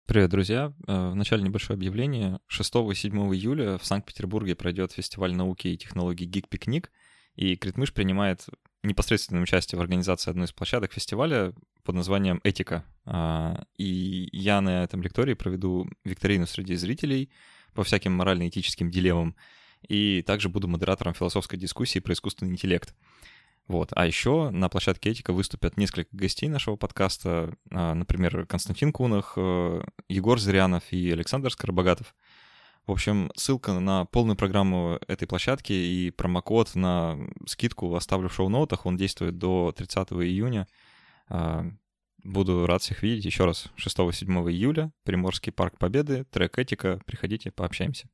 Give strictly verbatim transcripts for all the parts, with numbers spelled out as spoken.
Привет, друзья! В начале небольшое объявление. шестого и седьмого июля в Санкт-Петербурге пройдет фестиваль науки и технологий «Гик-пикник», и Критмыш принимает непосредственное участие в организации одной из площадок фестиваля под названием «Этика». И я на этом лектории проведу викторину среди зрителей по всяким морально-этическим дилеммам, и также буду модератором философской дискуссии про искусственный интеллект. Вот. А еще на площадке «Этика» выступят несколько гостей нашего подкаста, например, Константин Кунах, Егор Зырянов и Александр Скоробогатов. В общем, ссылка на полную программу этой площадки и промокод на скидку оставлю в шоу-ноутах. Он действует до тридцатого июня. Буду рад всех видеть. Еще раз, шестого-седьмого июля, Приморский парк Победы, трек «Этика». Приходите, пообщаемся.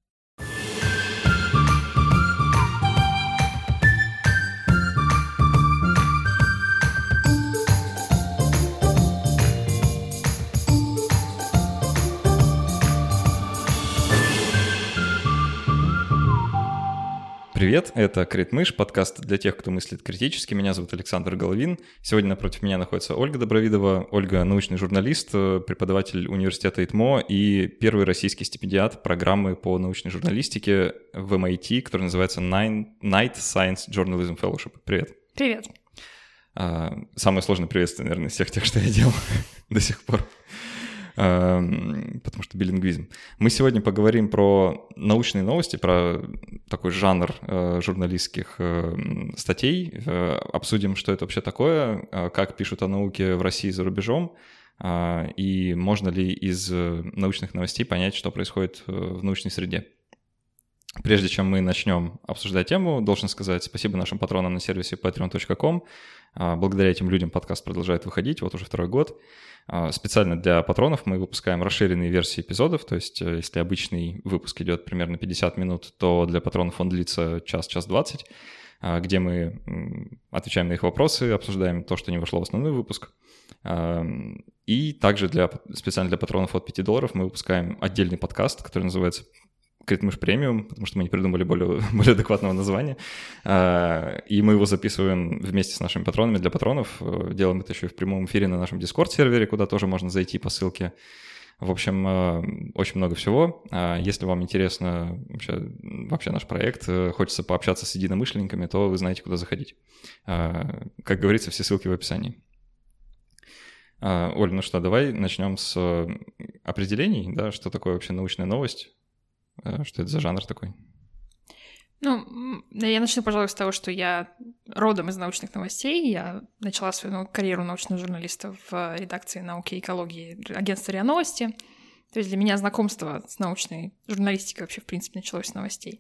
Привет, это Критмыш, подкаст для тех, кто мыслит критически. Меня зовут Александр Головин. Сегодня напротив меня находится Ольга Добровидова. Ольга — научный журналист, преподаватель университета ИТМО и первый российский стипендиат программы по научной журналистике в эм ай ти, которая называется Night Science Journalism Fellowship. Привет. Привет. Самое сложное приветствие, наверное, из всех тех, что я делал до сих пор. Потому что билингвизм. Мы сегодня поговорим про научные новости, про такой жанр журналистских статей, обсудим, что это вообще такое, как пишут о науке в России и за рубежом, и можно ли из научных новостей понять, что происходит в научной среде. Прежде чем мы начнем обсуждать тему, должен сказать спасибо нашим патронам на сервисе патреон точка ком. Благодаря этим людям подкаст продолжает выходить, вот уже второй год. Специально для патронов мы выпускаем расширенные версии эпизодов, то есть если обычный выпуск идет примерно пятьдесят минут, то для патронов он длится час-час двадцать, где мы отвечаем на их вопросы, обсуждаем то, что не вошло в основной выпуск. И также для, специально для патронов от пяти долларов мы выпускаем отдельный подкаст, который называется Критмыш премиум, потому что мы не придумали более, более адекватного названия. И мы его записываем вместе с нашими патронами для патронов. Делаем это еще и в прямом эфире на нашем Discord-сервере, куда тоже можно зайти по ссылке. В общем, очень много всего. Если вам интересно вообще, вообще наш проект, хочется пообщаться с единомышленниками, то вы знаете, куда заходить. Как говорится, все ссылки в описании. Оль, ну что, давай начнем с определений, да, что такое вообще научная новость. Что это за жанр такой? Ну, я начну, пожалуй, с того, что я родом из научных новостей. Я начала свою карьеру научного журналиста в редакции науки и экологии агентства РИА Новости. То есть для меня знакомство с научной журналистикой вообще, в принципе, началось с новостей.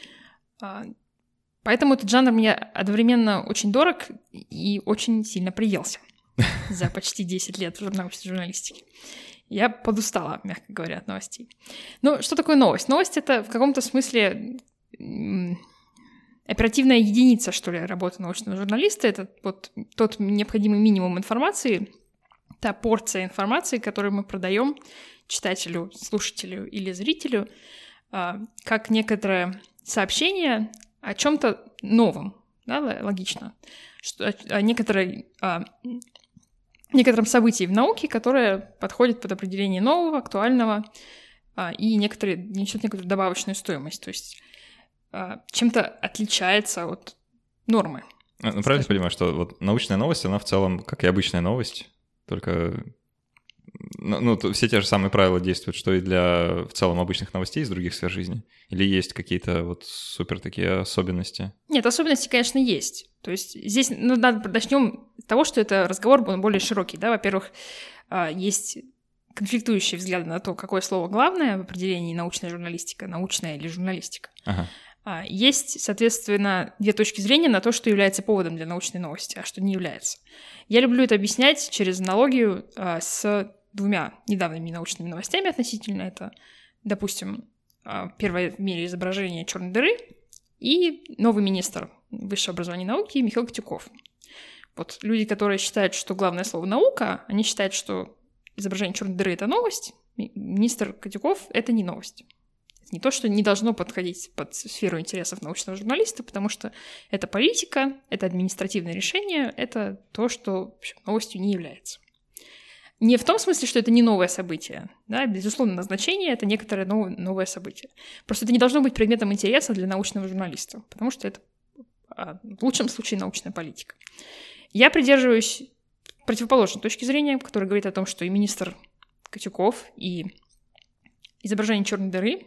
Поэтому этот жанр мне одновременно очень дорог и очень сильно приелся за почти десять лет в научной журналистике. Я подустала, мягко говоря, от новостей. Ну, что такое новость? Новость — это в каком-то смысле оперативная единица, что ли, работы научного журналиста. Это вот тот необходимый минимум информации, та порция информации, которую мы продаем читателю, слушателю или зрителю, как некоторое сообщение о чем-то новом, да, логично, что, о некоторой... некотором событии в науке, которое подходит под определение нового, актуального а, и некоторые, несет некоторую добавочную стоимость, то есть а, чем-то отличается от нормы. Ну, правильно понимаю, что вот научная новость, она в целом, как и обычная новость, только... Ну, ну, все те же самые правила действуют, что и для в целом обычных новостей из других сфер жизни? Или есть какие-то вот супер такие особенности? Нет, особенности, конечно, есть. То есть здесь, ну, надо, начнем с того, что это разговор более широкий, да. Во-первых, есть конфликтующие взгляды на то, какое слово главное в определении научная журналистика, научная или журналистика. Ага. Есть, соответственно, две точки зрения на то, что является поводом для научной новости, а что не является. Я люблю это объяснять через аналогию с двумя недавними научными новостями относительно. Это, допустим, первое в мире изображение черной дыры и новый министр высшего образования и науки Михаил Котюков. Вот люди, которые считают, что главное слово «наука», они считают, что изображение черной дыры — это новость, министр Котюков — это не новость. Это не то, что не должно подходить под сферу интересов научного журналиста, потому что это политика, это административное решение, это то, что в общем, новостью не является. Не в том смысле, что это не новое событие. Да? Безусловно, назначение — это некоторое новое, новое событие. Просто это не должно быть предметом интереса для научного журналиста, потому что это в лучшем случае научная политика. Я придерживаюсь противоположной точки зрения, которая говорит о том, что и министр Котюков, и изображение черной дыры,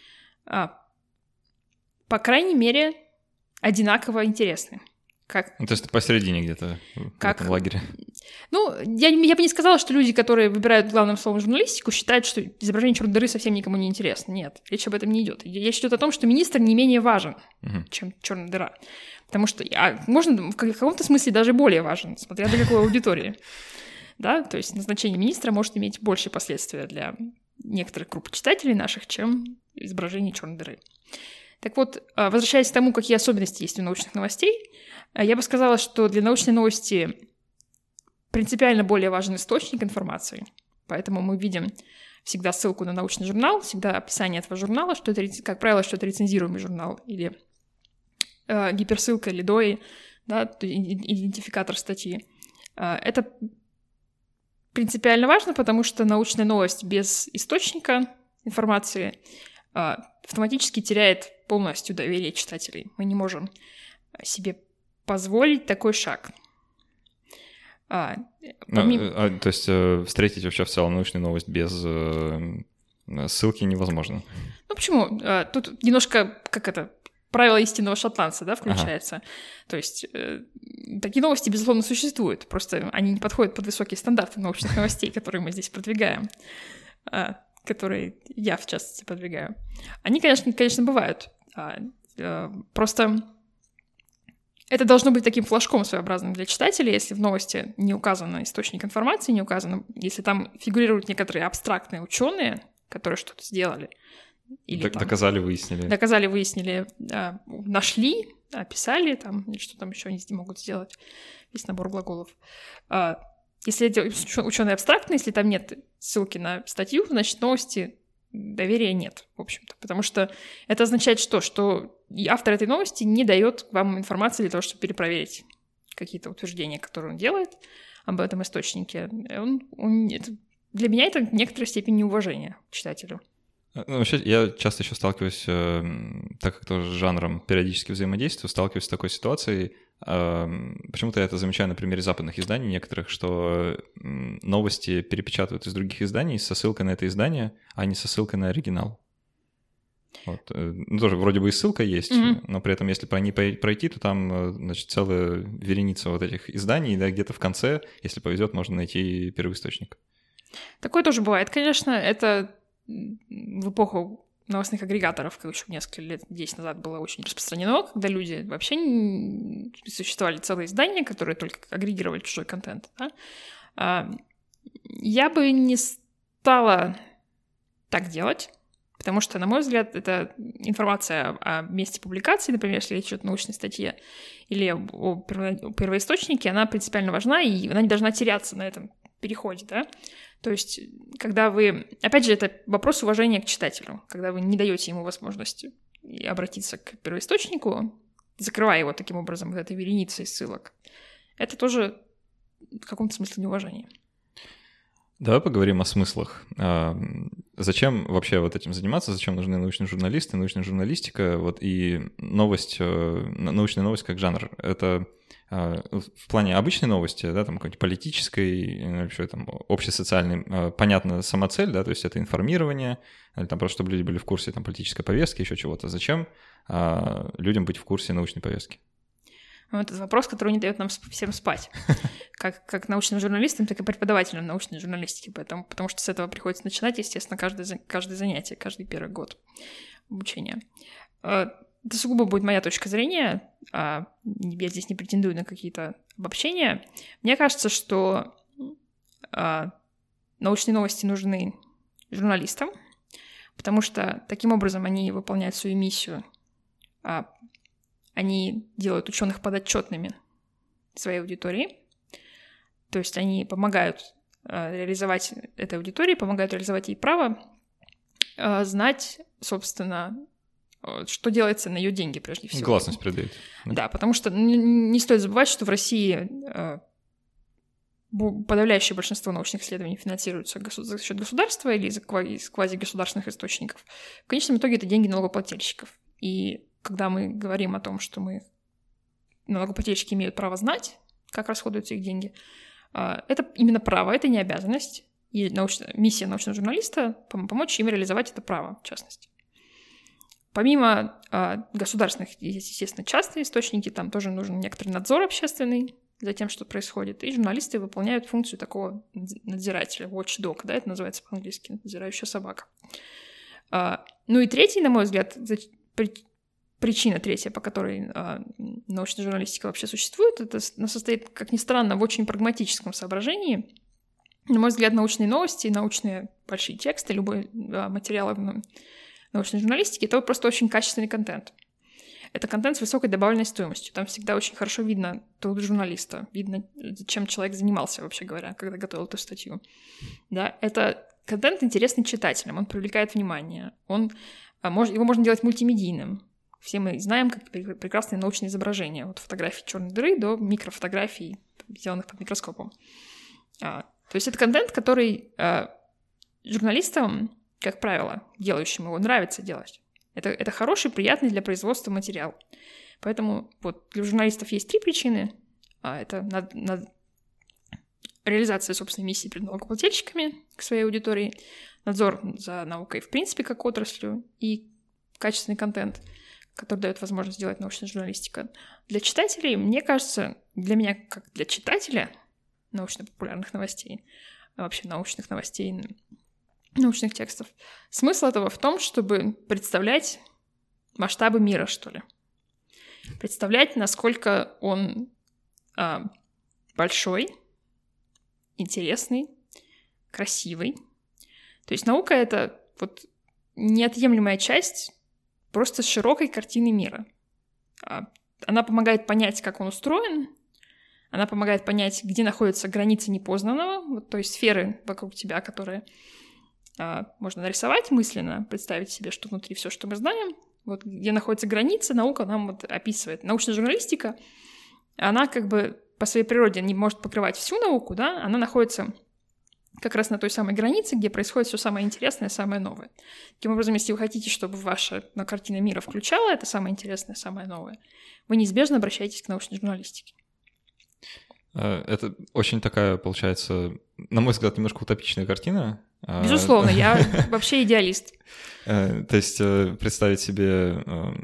по крайней мере, одинаково интересны. Как... Ну, то есть ты посередине где-то как... в этом лагере. Ну, я, я бы не сказала, что люди, которые выбирают главным словом журналистику, считают, что изображение черной дыры совсем никому не интересно. Нет, речь об этом не идет. Речь идет о том, что министр не менее важен, угу. чем черная дыра. Потому что, а, можно в каком-то смысле даже более важен, смотря для какой аудитории. Да, то есть назначение министра может иметь большие последствия для некоторых групп читателей наших, чем изображение черной дыры. Так вот, возвращаясь к тому, какие особенности есть у научных новостей, я бы сказала, что для научной новости принципиально более важен источник информации. Поэтому мы видим всегда ссылку на научный журнал, всегда описание этого журнала, что это, как правило, что это рецензируемый журнал, или э, гиперссылка, или дои, да, идентификатор статьи. Это принципиально важно, потому что научная новость без источника информации автоматически теряет полностью доверие читателей. Мы не можем себе позволить такой шаг. А, помимо... ну, а, то есть э, встретить вообще в целом научную новость без э, ссылки невозможно? Ну почему? А, тут немножко, как это, правило истинного шотландца, да, включается. Ага. То есть э, такие новости, безусловно, существуют. Просто они не подходят под высокие стандарты научных новостей, которые мы здесь продвигаем. А, которые я, в частности, продвигаю. Они, конечно, конечно бывают. А, а, просто... Это должно быть таким флажком своеобразным для читателя, если в новости не указан источник информации, не указано, если там фигурируют некоторые абстрактные ученые, которые что-то сделали. Или, Д- там, доказали, выяснили. Доказали, выяснили, а, нашли, описали, там, или что там еще они могут сделать. Весь набор глаголов. А, если эти ученые абстрактные, если там нет ссылки на статью, значит, новости доверия нет, в общем-то. Потому что это означает что? Что автор этой новости не дает вам информации для того, чтобы перепроверить какие-то утверждения, которые он делает об этом источнике. Он, он, это, для меня это в некоторой степени неуважение к читателю. Ну, вообще, я часто еще сталкиваюсь, э, так как тоже с жанром периодически взаимодействую, сталкиваюсь с такой ситуацией. Э, почему-то я это замечаю на примере западных изданий некоторых, что новости перепечатывают из других изданий со ссылкой на это издание, а не со ссылкой на оригинал. Вот. Ну, тоже вроде бы и ссылка есть, mm-hmm. но при этом, если по ней пройти, то там, значит, целая вереница вот этих изданий, да, где-то в конце, если повезет, можно найти первоисточник. Такое тоже бывает, конечно. Это в эпоху новостных агрегаторов, как еще несколько лет, десять назад было очень распространено, когда люди вообще не... существовали целые издания, которые только агрегировали чужой контент. Да? Я бы не стала так делать, потому что, на мой взгляд, это информация о месте публикации, например, если речь идет о научной статье или о первоисточнике, она принципиально важна, и она не должна теряться на этом переходе, да. То есть, когда вы... Опять же, это вопрос уважения к читателю. Когда вы не даете ему возможности обратиться к первоисточнику, закрывая его таким образом вот этой вереницей ссылок, это тоже в каком-то смысле неуважение. Давай поговорим о смыслах. Зачем вообще вот этим заниматься? Зачем нужны научные журналисты, научная журналистика? Вот и новость, научная новость как жанр. Это в плане обычной новости, да, там какой-нибудь политической, вообще там общесоциальной, понятно, сама цель, да, то есть это информирование, или там просто чтобы люди были в курсе там политической повестки, еще чего-то. Зачем людям быть в курсе научной повестки? Это вопрос, который не дает нам всем спать, как, как научным журналистам, так и преподавателям научной журналистики, поэтому, потому что с этого приходится начинать, естественно, каждое, каждое занятие, каждый первый год обучения. Это сугубо будет моя точка зрения, я здесь не претендую на какие-то обобщения. Мне кажется, что научные новости нужны журналистам, потому что таким образом они выполняют свою миссию, они делают ученых подотчетными своей аудитории, то есть они помогают э, реализовать этой аудитории, помогают реализовать ей право э, знать, собственно, э, что делается на ее деньги прежде всего. Гласность придает. Да, да, потому что не, не стоит забывать, что в России э, подавляющее большинство научных исследований финансируется за счет государства или из квазигосударственных источников, в конечном итоге это деньги налогоплательщиков. И когда мы говорим о том, что мы налогоплательщики имеют право знать, как расходуются их деньги, это именно право, это не обязанность. И научная, миссия научного журналиста — помочь им реализовать это право, в частности. Помимо государственных, естественно, частные источники, там тоже нужен некоторый надзор общественный за тем, что происходит. И журналисты выполняют функцию такого надзирателя, watchdog, да, это называется по-английски, надзирающая собака. Ну и третий, на мой взгляд, причина третья, по которой научная журналистика вообще существует, это она состоит, как ни странно, в очень прагматическом соображении. На мой взгляд, научные новости, научные большие тексты, любой материал в научной журналистике — это просто очень качественный контент. Это контент с высокой добавленной стоимостью. Там всегда очень хорошо видно труд журналиста, видно, чем человек занимался, вообще говоря, когда готовил эту статью. Да, это контент интересный читателям, он привлекает внимание, он, его можно делать мультимедийным. Все мы знаем, как прекрасные научные изображения, от фотографий черной дыры до микрофотографий, сделанных под микроскопом. То есть это контент, который журналистам, как правило, делающим его, нравится делать. Это, это хороший, приятный для производства материал. Поэтому вот для журналистов есть три причины. А это над, над реализация собственной миссии перед налогоплательщиками к своей аудитории, надзор за наукой в принципе как отраслью и качественный контент, который дает возможность сделать научная журналистика. Для читателей, мне кажется, для меня как для читателя научно-популярных новостей, вообще научных новостей, научных текстов, смысл этого в том, чтобы представлять масштабы мира, что ли. Представлять, насколько он а, большой, интересный, красивый. То есть наука — это вот неотъемлемая часть просто широкой картины мира. А, она помогает понять, как он устроен, она помогает понять, где находятся границы непознанного, вот той сферы вокруг тебя, которые можно нарисовать мысленно, представить себе, что внутри все, что мы знаем, вот где находятся границы, наука нам вот описывает. Научная журналистика, она как бы по своей природе не может покрывать всю науку, да, она находится как раз на той самой границе, где происходит все самое интересное, самое новое. Таким образом, если вы хотите, чтобы ваша картина мира включала это самое интересное, самое новое, вы неизбежно обращаетесь к научной журналистике. Это очень такая, получается, на мой взгляд, немножко утопичная картина. Безусловно, я вообще идеалист. То есть представить себе...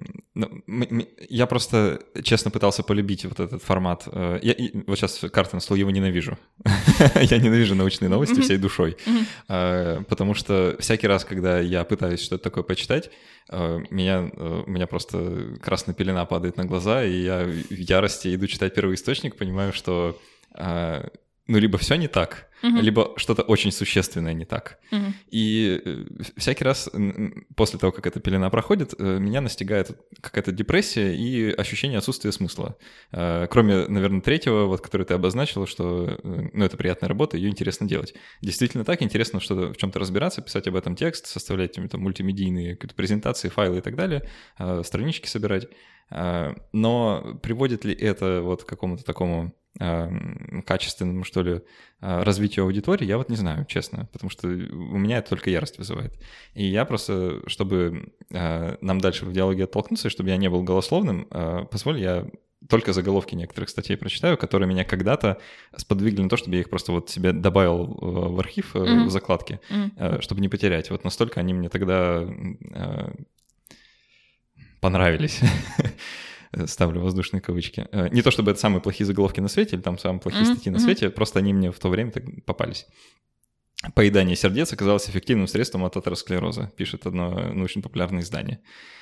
Я просто, честно, пытался полюбить вот этот формат. Я, вот сейчас карта на стол, его ненавижу. Я ненавижу научные новости всей душой. Потому что всякий раз, когда я пытаюсь что-то такое почитать, меня, у меня просто красная пелена падает на глаза, и я в ярости иду читать первый источник, понимаю, что... ну, либо все не так, uh-huh. либо что-то очень существенное не так. Uh-huh. И всякий раз после того, как эта пелена проходит, меня настигает какая-то депрессия и ощущение отсутствия смысла. Кроме, наверное, третьего, вот, который ты обозначил, что ну, это приятная работа, ее интересно делать. Действительно так, интересно что-то, в чем-то разбираться, писать об этом текст, составлять там, мультимедийные какие-то презентации, файлы и так далее, странички собирать. Но приводит ли это вот к какому-то такому качественному, что ли, развитию аудитории, я вот не знаю, честно, потому что у меня это только ярость вызывает. И я просто, чтобы нам дальше в диалоге оттолкнуться, и чтобы я не был голословным, позволь, я только заголовки некоторых статей прочитаю, которые меня когда-то сподвигли на то, чтобы я их просто вот себе добавил в архив, mm-hmm. в закладке, mm-hmm. чтобы не потерять. Вот настолько они мне тогда понравились. Ставлю воздушные кавычки. Не то чтобы это самые плохие заголовки на свете или там самые плохие mm-hmm. статьи на свете, просто они мне в то время так попались. Поедание сердец оказалось эффективным средством от атеросклероза, пишет одно научно-популярное издание.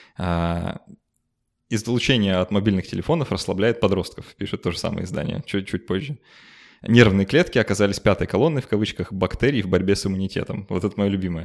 Излучение от мобильных телефонов расслабляет подростков, пишет то же самое издание, чуть-чуть позже. Нервные клетки оказались пятой колонной, в кавычках, бактерий в борьбе с иммунитетом. Вот это мое любимое.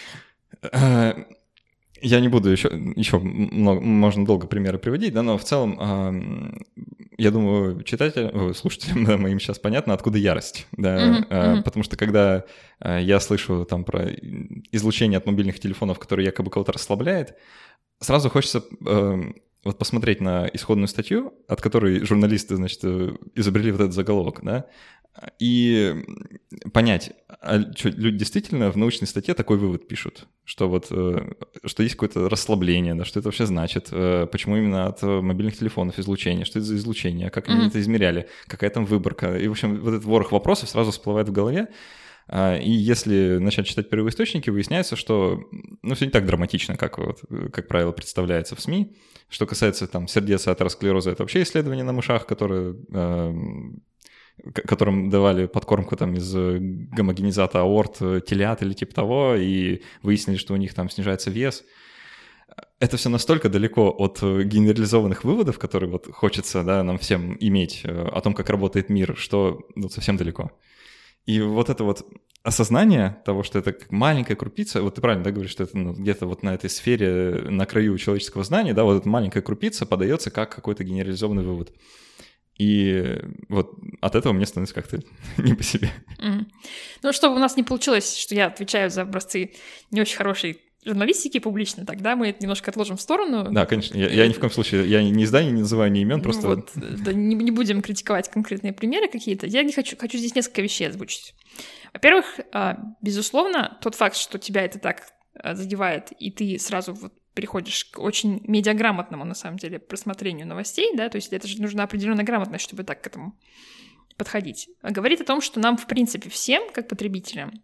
Я не буду еще, еще много, можно долго примеры приводить, да, но в целом, э, я думаю, читателям, слушателям да, моим сейчас понятно, откуда ярость, да, mm-hmm. э, потому что когда э, я слышу там про излучение от мобильных телефонов, которое якобы кого-то расслабляет, сразу хочется э, вот посмотреть на исходную статью, от которой журналисты, значит, изобрели вот этот заголовок, да, и понять, а что, люди действительно в научной статье такой вывод пишут, что вот, что есть какое-то расслабление, да, что это вообще значит, почему именно от мобильных телефонов излучение, что это за излучение, как они mm-hmm. это измеряли, какая там выборка. И, в общем, вот этот ворох вопросов сразу всплывает в голове. И если начать читать первоисточники, выясняется, что ну, все не так драматично, как, вот, как правило, представляется в СМИ. Что касается там, сердец и атеросклероза, это вообще исследования на мышах, которые, э, которым давали подкормку там, из гомогенизата аорт телят или типа того, и выяснили, что у них там снижается вес. Это все настолько далеко от генерализованных выводов, которые вот хочется да, нам всем иметь о том, как работает мир, что ну, совсем далеко. И вот это вот осознание того, что это как маленькая крупица, вот ты правильно да, говоришь, что это ну, где-то вот на этой сфере, на краю человеческого знания, да, вот эта маленькая крупица подается как какой-то генерализованный вывод. И вот от этого мне становится как-то не по себе. Mm. Ну, чтобы у нас не получилось, что я отвечаю за образцы не очень хорошей журналистики публично, тогда мы это немножко отложим в сторону. Да, конечно. Я, я ни в коем случае, я ни издания не называю, ни имен, просто... Вот, да, не, не будем критиковать конкретные примеры какие-то. Я не хочу, хочу здесь несколько вещей озвучить. Во-первых, безусловно, тот факт, что тебя это так задевает, и ты сразу вот переходишь к очень медиаграмотному, на самом деле, просмотрению новостей, да, то есть это же нужна определенная грамотность, чтобы так к этому подходить. Говорит о том, что нам, в принципе, всем, как потребителям,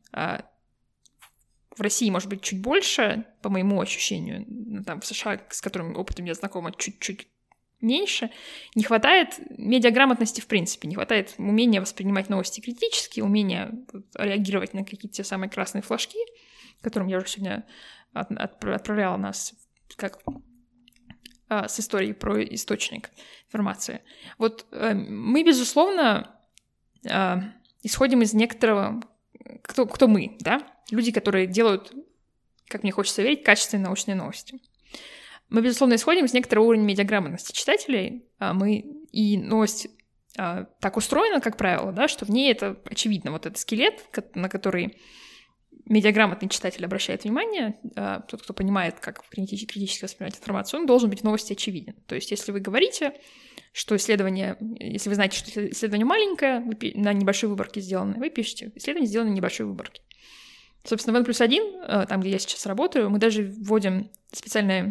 в России, может быть, чуть больше, по моему ощущению, там в США, с которым опытом я знакома, чуть-чуть меньше, не хватает медиаграмотности в принципе, не хватает умения воспринимать новости критически, умения реагировать на какие-то те самые красные флажки, которым я уже сегодня от, от, отправляла нас как а, с историей про источник информации. Вот а, мы, безусловно, а, исходим из некоторого... Кто, кто мы, да? Люди, которые делают, как мне хочется верить, качественные научные новости. Мы, безусловно, исходим из некоторого уровня медиаграмотности читателей. А мы, и новость а, так устроена, как правило, да, что в ней это очевидно. Вот этот скелет, на который медиаграмотный читатель обращает внимание, а, тот, кто понимает, как критически, критически воспринимать информацию, он должен быть в новости очевиден. То есть если вы говорите, что исследование, если вы знаете, что исследование маленькое, на небольшой выборке сделано, вы пишете, исследование сделано на небольшой выборке. Собственно, в N плюс один, там, где я сейчас работаю, мы даже вводим специальные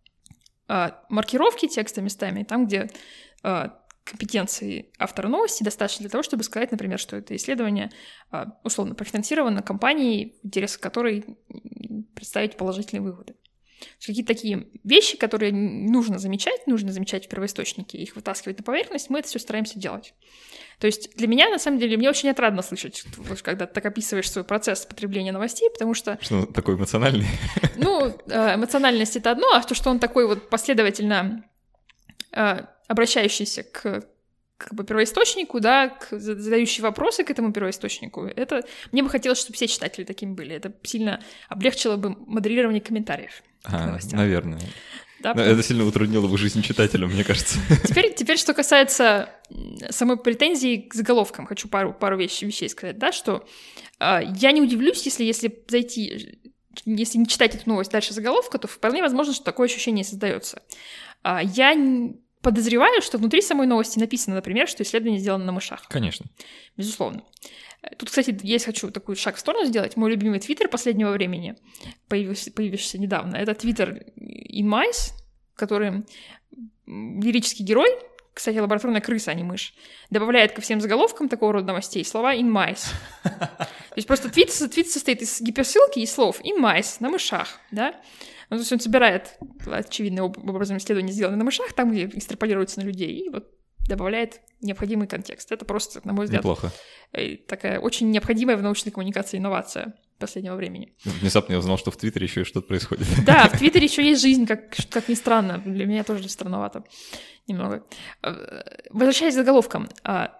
маркировки текста местами, там, где компетенции автора новости достаточно для того, чтобы сказать, например, что это исследование условно профинансировано компанией, в интересах которой представить положительные выводы. Какие-то такие вещи, которые нужно замечать, нужно замечать в первоисточнике, их вытаскивать на поверхность, мы это все стараемся делать. То есть для меня, на самом деле, мне очень отрадно слышать, когда ты так описываешь свой процесс потребления новостей, потому что... Что он такой эмоциональный? Ну, эмоциональность — это одно, а то, что он такой вот последовательно обращающийся к как бы первоисточнику, да, к, задающий вопросы к этому первоисточнику, это... Мне бы хотелось, чтобы все читатели такими были. Это сильно облегчило бы модерирование комментариев. А, наверное. Да, Но это сильно утруднило бы жизнь читателя, мне кажется. Теперь, теперь, что касается самой претензии к заголовкам, хочу пару, пару вещей, вещей сказать, да, что э, я не удивлюсь, если, если зайти, если не читать эту новость дальше заголовка, то вполне возможно, что такое ощущение создается. Э, я подозреваю, что внутри самой новости написано, например, что исследование сделано на мышах. Конечно. Безусловно. Тут, кстати, я хочу такой шаг в сторону сделать. Мой любимый твиттер последнего времени, появился, появившийся недавно, это твиттер InMice, который лирический герой, кстати, лабораторная крыса, а не мышь, добавляет ко всем заголовкам такого рода новостей слова InMice. То есть просто твит, твит состоит из гиперссылки и слов InMice, на мышах, да? Ну, то есть он собирает, очевидным образом, исследования, сделанные на мышах, там, где экстраполируются на людей, и вот добавляет необходимый контекст. Это просто, на мой взгляд, неплохо. Такая очень необходимая в научной коммуникации инновация последнего времени. Внезапно я узнал, что в Твиттере еще и что-то происходит. Да, в Твиттере еще есть жизнь, как, как ни странно. Для меня тоже странновато немного. Возвращаясь к заголовкам.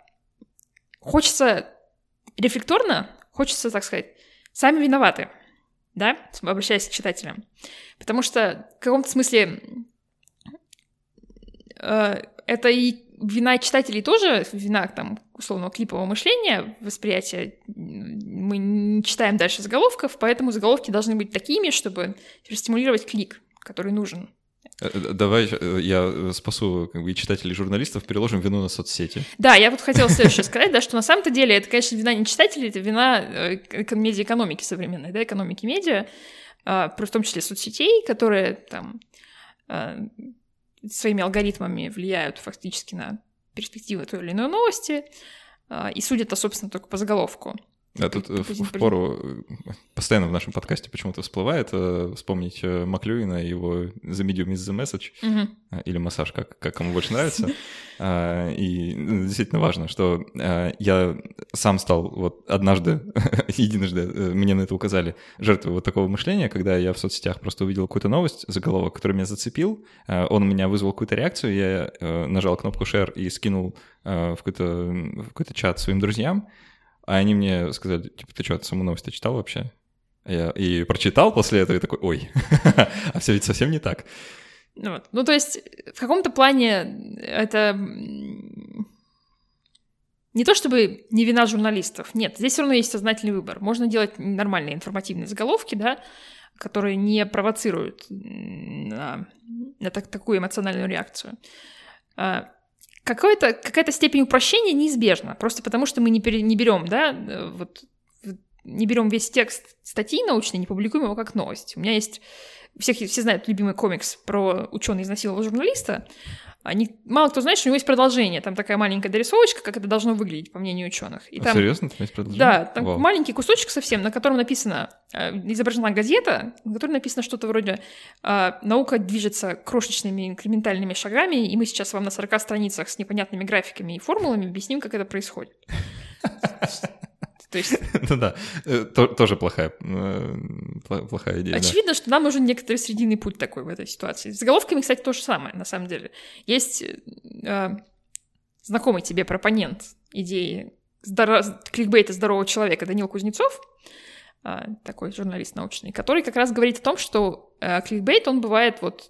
Хочется рефлекторно, хочется, так сказать, сами виноваты, да, обращаясь к читателям. Потому что в каком-то смысле это и вина читателей тоже, вина там условного клипового мышления, восприятия. Мы не читаем дальше заголовков, поэтому заголовки должны быть такими, чтобы стимулировать клик, который нужен Давай я спасу как бы, и читателей, и журналистов, переложим вину на соцсети. Да, я вот хотела следующее сказать, да, что на самом-то деле это, конечно, вина не читателей, это вина медиаэкономики современной, да, экономики медиа, в том числе соцсетей, которые там своими алгоритмами влияют фактически на перспективы той или иной новости и судят, собственно, только по заголовку. Да, тут в пору постоянно в нашем подкасте почему-то всплывает вспомнить Маклюина и его «The medium is the message», uh-huh. или «Массаж», как, как кому больше нравится. И действительно важно, что я сам стал вот однажды, единожды, мне на это указали, жертвой вот такого мышления, когда я в соцсетях просто увидел какую-то новость, заголовок, который меня зацепил, он у меня вызвал какую-то реакцию, я нажал кнопку «Share» и скинул в какой-то, в какой-то чат своим друзьям. А они мне сказали, типа, ты что, ты саму новость читал вообще? Я и прочитал после этого, и такой, ой, а все ведь совсем не так. Ну, вот. Ну, то есть, в каком-то плане это не то чтобы не вина журналистов, нет, здесь все равно есть сознательный выбор. Можно делать нормальные информативные заголовки, да, которые не провоцируют на, на так, такую эмоциональную реакцию. Какая-то, какая-то степень упрощения неизбежна, просто потому что мы не, пере, не берем, да, вот, не берем весь текст статьи научной, не публикуем его как новость. У меня есть, всех, все знают любимый комикс про ученого изнасиловал журналиста. Они, мало кто знает, что у него есть продолжение. Там такая маленькая дорисовочка, как это должно выглядеть, по мнению ученых. И а там, серьезно? Там есть продолжение? Да, там Вау. Маленький кусочек совсем, на котором написано, изображена газета, на которой написано что-то вроде «Наука движется крошечными инкрементальными шагами, и мы сейчас вам на сорока страницах с непонятными графиками и формулами объясним, как это происходит». То есть... Ну да, тоже плохая, плохая идея. Очевидно, что нам нужен некоторый срединный путь такой в этой ситуации. С заголовками, кстати, то же самое, на самом деле. Есть э, знакомый тебе пропонент идеи здоров... кликбейта здорового человека Данил Кузнецов, э, такой журналист научный, который как раз говорит о том, что э, кликбейт, он бывает вот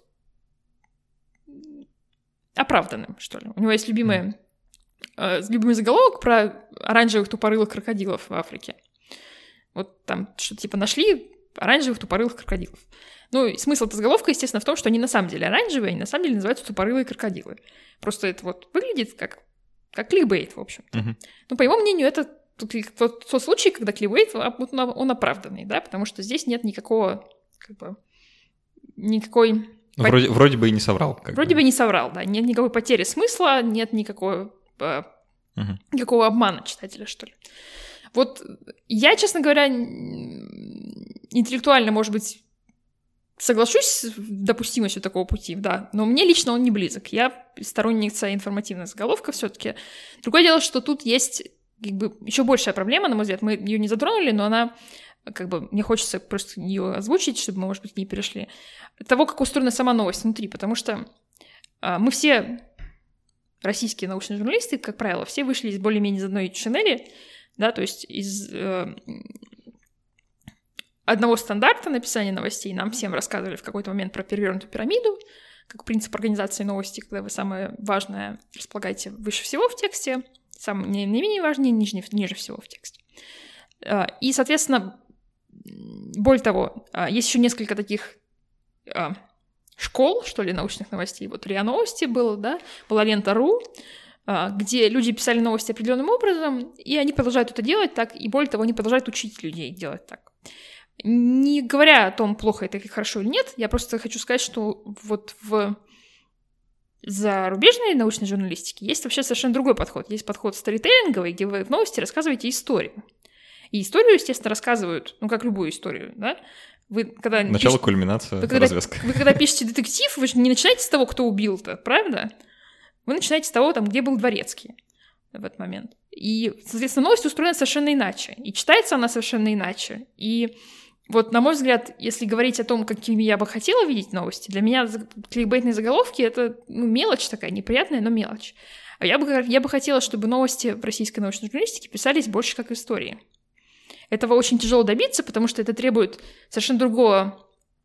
оправданным, что ли. У него есть любимые... Mm. любимый заголовок про оранжевых тупорылых крокодилов в Африке. Вот там что-то типа нашли оранжевых тупорылых крокодилов. Ну, и смысл этой заголовка, естественно, в том, что они на самом деле оранжевые, они на самом деле называются тупорылые крокодилы. Просто это вот выглядит как, как кликбейт, в общем-то. Uh-huh. Ну, по его мнению, это тот, тот случай, когда кликбейт, он оправданный, да, потому что здесь нет никакого, как бы, никакой... Ну, пот... вроде, вроде бы и не соврал. Как вроде бы. бы не соврал, да. Нет никакой потери смысла, нет никакого... Uh-huh. Никакого обмана читателя, что ли. Вот я, честно говоря, интеллектуально, может быть, соглашусь с допустимостью такого пути, да, но мне лично он не близок. Я сторонница информативных заголовков все-таки. Другое дело, что тут есть как бы еще большая проблема, на мой взгляд. Мы ее не затронули, но она, как бы, мне хочется просто ее озвучить, чтобы мы, может быть, не перешли. Того, как устроена сама новость внутри, потому что а, мы все... Российские научные журналисты, как правило, все вышли из более-менее из одной шинели, да, то есть из э, одного стандарта написания новостей. Нам всем рассказывали в какой-то момент про перевернутую пирамиду, как принцип организации новости, когда вы самое важное располагаете выше всего в тексте, самое наименее важное ниже, ниже всего в тексте. И, соответственно, более того, есть еще несколько таких... школ, что ли, научных новостей. Вот РИА Новости было, да, была лента точка ру, где люди писали новости определенным образом, и они продолжают это делать так, и более того, они продолжают учить людей делать так. Не говоря о том, плохо это или хорошо или нет, я просто хочу сказать, что вот в зарубежной научной журналистике есть вообще совершенно другой подход. Есть подход сторителлинговый, где вы в новости рассказываете историю. И историю, естественно, рассказывают, ну, как любую историю, да. Вы, когда Начало, пишете, кульминация, вы когда, развязка. Вы когда пишете детектив, вы же не начинаете с того, кто убил-то, правда? Вы начинаете с того, там, где был Дворецкий в этот момент. И, соответственно, новость устроена совершенно иначе. И читается она совершенно иначе. И вот, на мой взгляд, если говорить о том, какими я бы хотела видеть новости, для меня кликбейтные заголовки — это, ну, мелочь такая, неприятная, но мелочь. А я бы, я бы хотела, чтобы новости в российской научной журналистике писались больше как истории. Этого очень тяжело добиться, потому что это требует совершенно другого,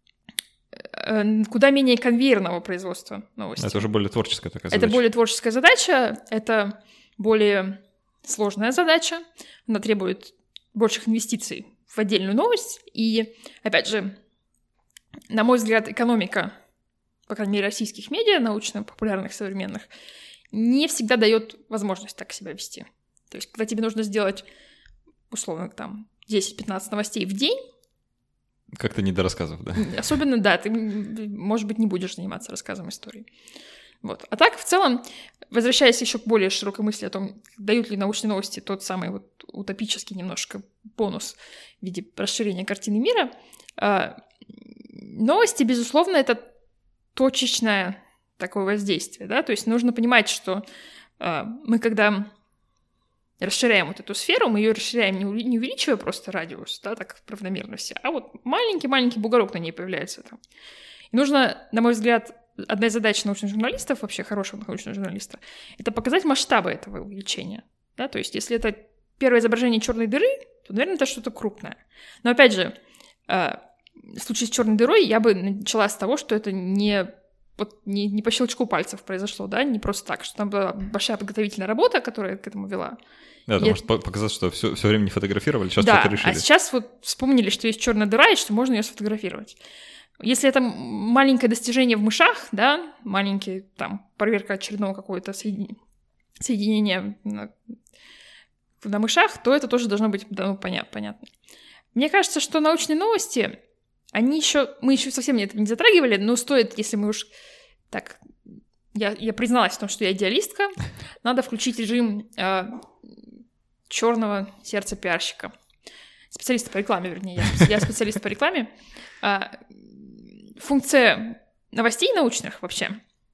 куда менее конвейерного производства новостей. Это уже более творческая такая задача. Это более творческая задача, это более сложная задача, она требует больших инвестиций в отдельную новость. И, опять же, на мой взгляд, экономика по крайней мере, российских медиа, научно-популярных, современных, не всегда дает возможность так себя вести. То есть, когда тебе нужно сделать, условно, там, десять-пятнадцать новостей в день... Как-то не до рассказов, да? Особенно, да, ты, может быть, не будешь заниматься рассказом истории. Вот. А так, в целом, возвращаясь еще к более широкой мысли о том, дают ли научные новости тот самый вот утопический немножко бонус в виде расширения картины мира, новости, безусловно, это точечное такое воздействие, да, то есть нужно понимать, что э, мы, когда расширяем вот эту сферу, мы ее расширяем не, не увеличивая просто радиус, да, так равномерно все, а вот маленький-маленький бугорок на ней появляется там. И нужно, на мой взгляд, одна из задач научных журналистов, вообще хорошего научного журналиста, это показать масштабы этого увеличения, да, то есть если это первое изображение черной дыры, то, наверное, это что-то крупное. Но, опять же, э, в случае с черной дырой я бы начала с того, что это не, вот, не, не по щелчку пальцев произошло, да, не просто так, что там была большая подготовительная работа, которая к этому вела. Да, ты можешь показать, что все, все время не фотографировали, сейчас да, что-то решили. А сейчас вот вспомнили, что есть черная дыра и что можно ее сфотографировать. Если это маленькое достижение в мышах, да, маленький там проверка очередного какого-то соедин... соединения на... на мышах, то это тоже должно быть ну, понятно. Мне кажется, что научные новости, они еще, мы еще совсем это не затрагивали, но стоит, если мы уж так, я, я призналась в том, что я идеалистка, надо включить режим э, черного сердца пиарщика. Специалист по рекламе, вернее, я, я специалист по рекламе. Э, функция новостей научных вообще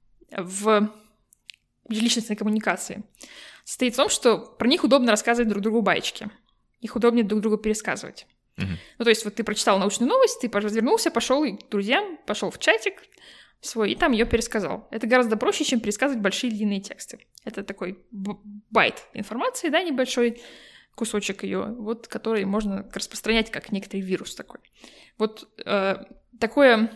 в личностной коммуникации состоит в том, что про них удобно рассказывать друг другу баечки. Их удобнее друг другу пересказывать. Uh-huh. Ну, то есть вот ты прочитал научную новость, ты развернулся, пошел к друзьям, пошел в чатик свой, и там ее пересказал. Это гораздо проще, чем пересказывать большие длинные тексты. Это такой байт информации, да, небольшой кусочек ее, вот, который можно распространять как некоторый вирус такой. Вот э, такое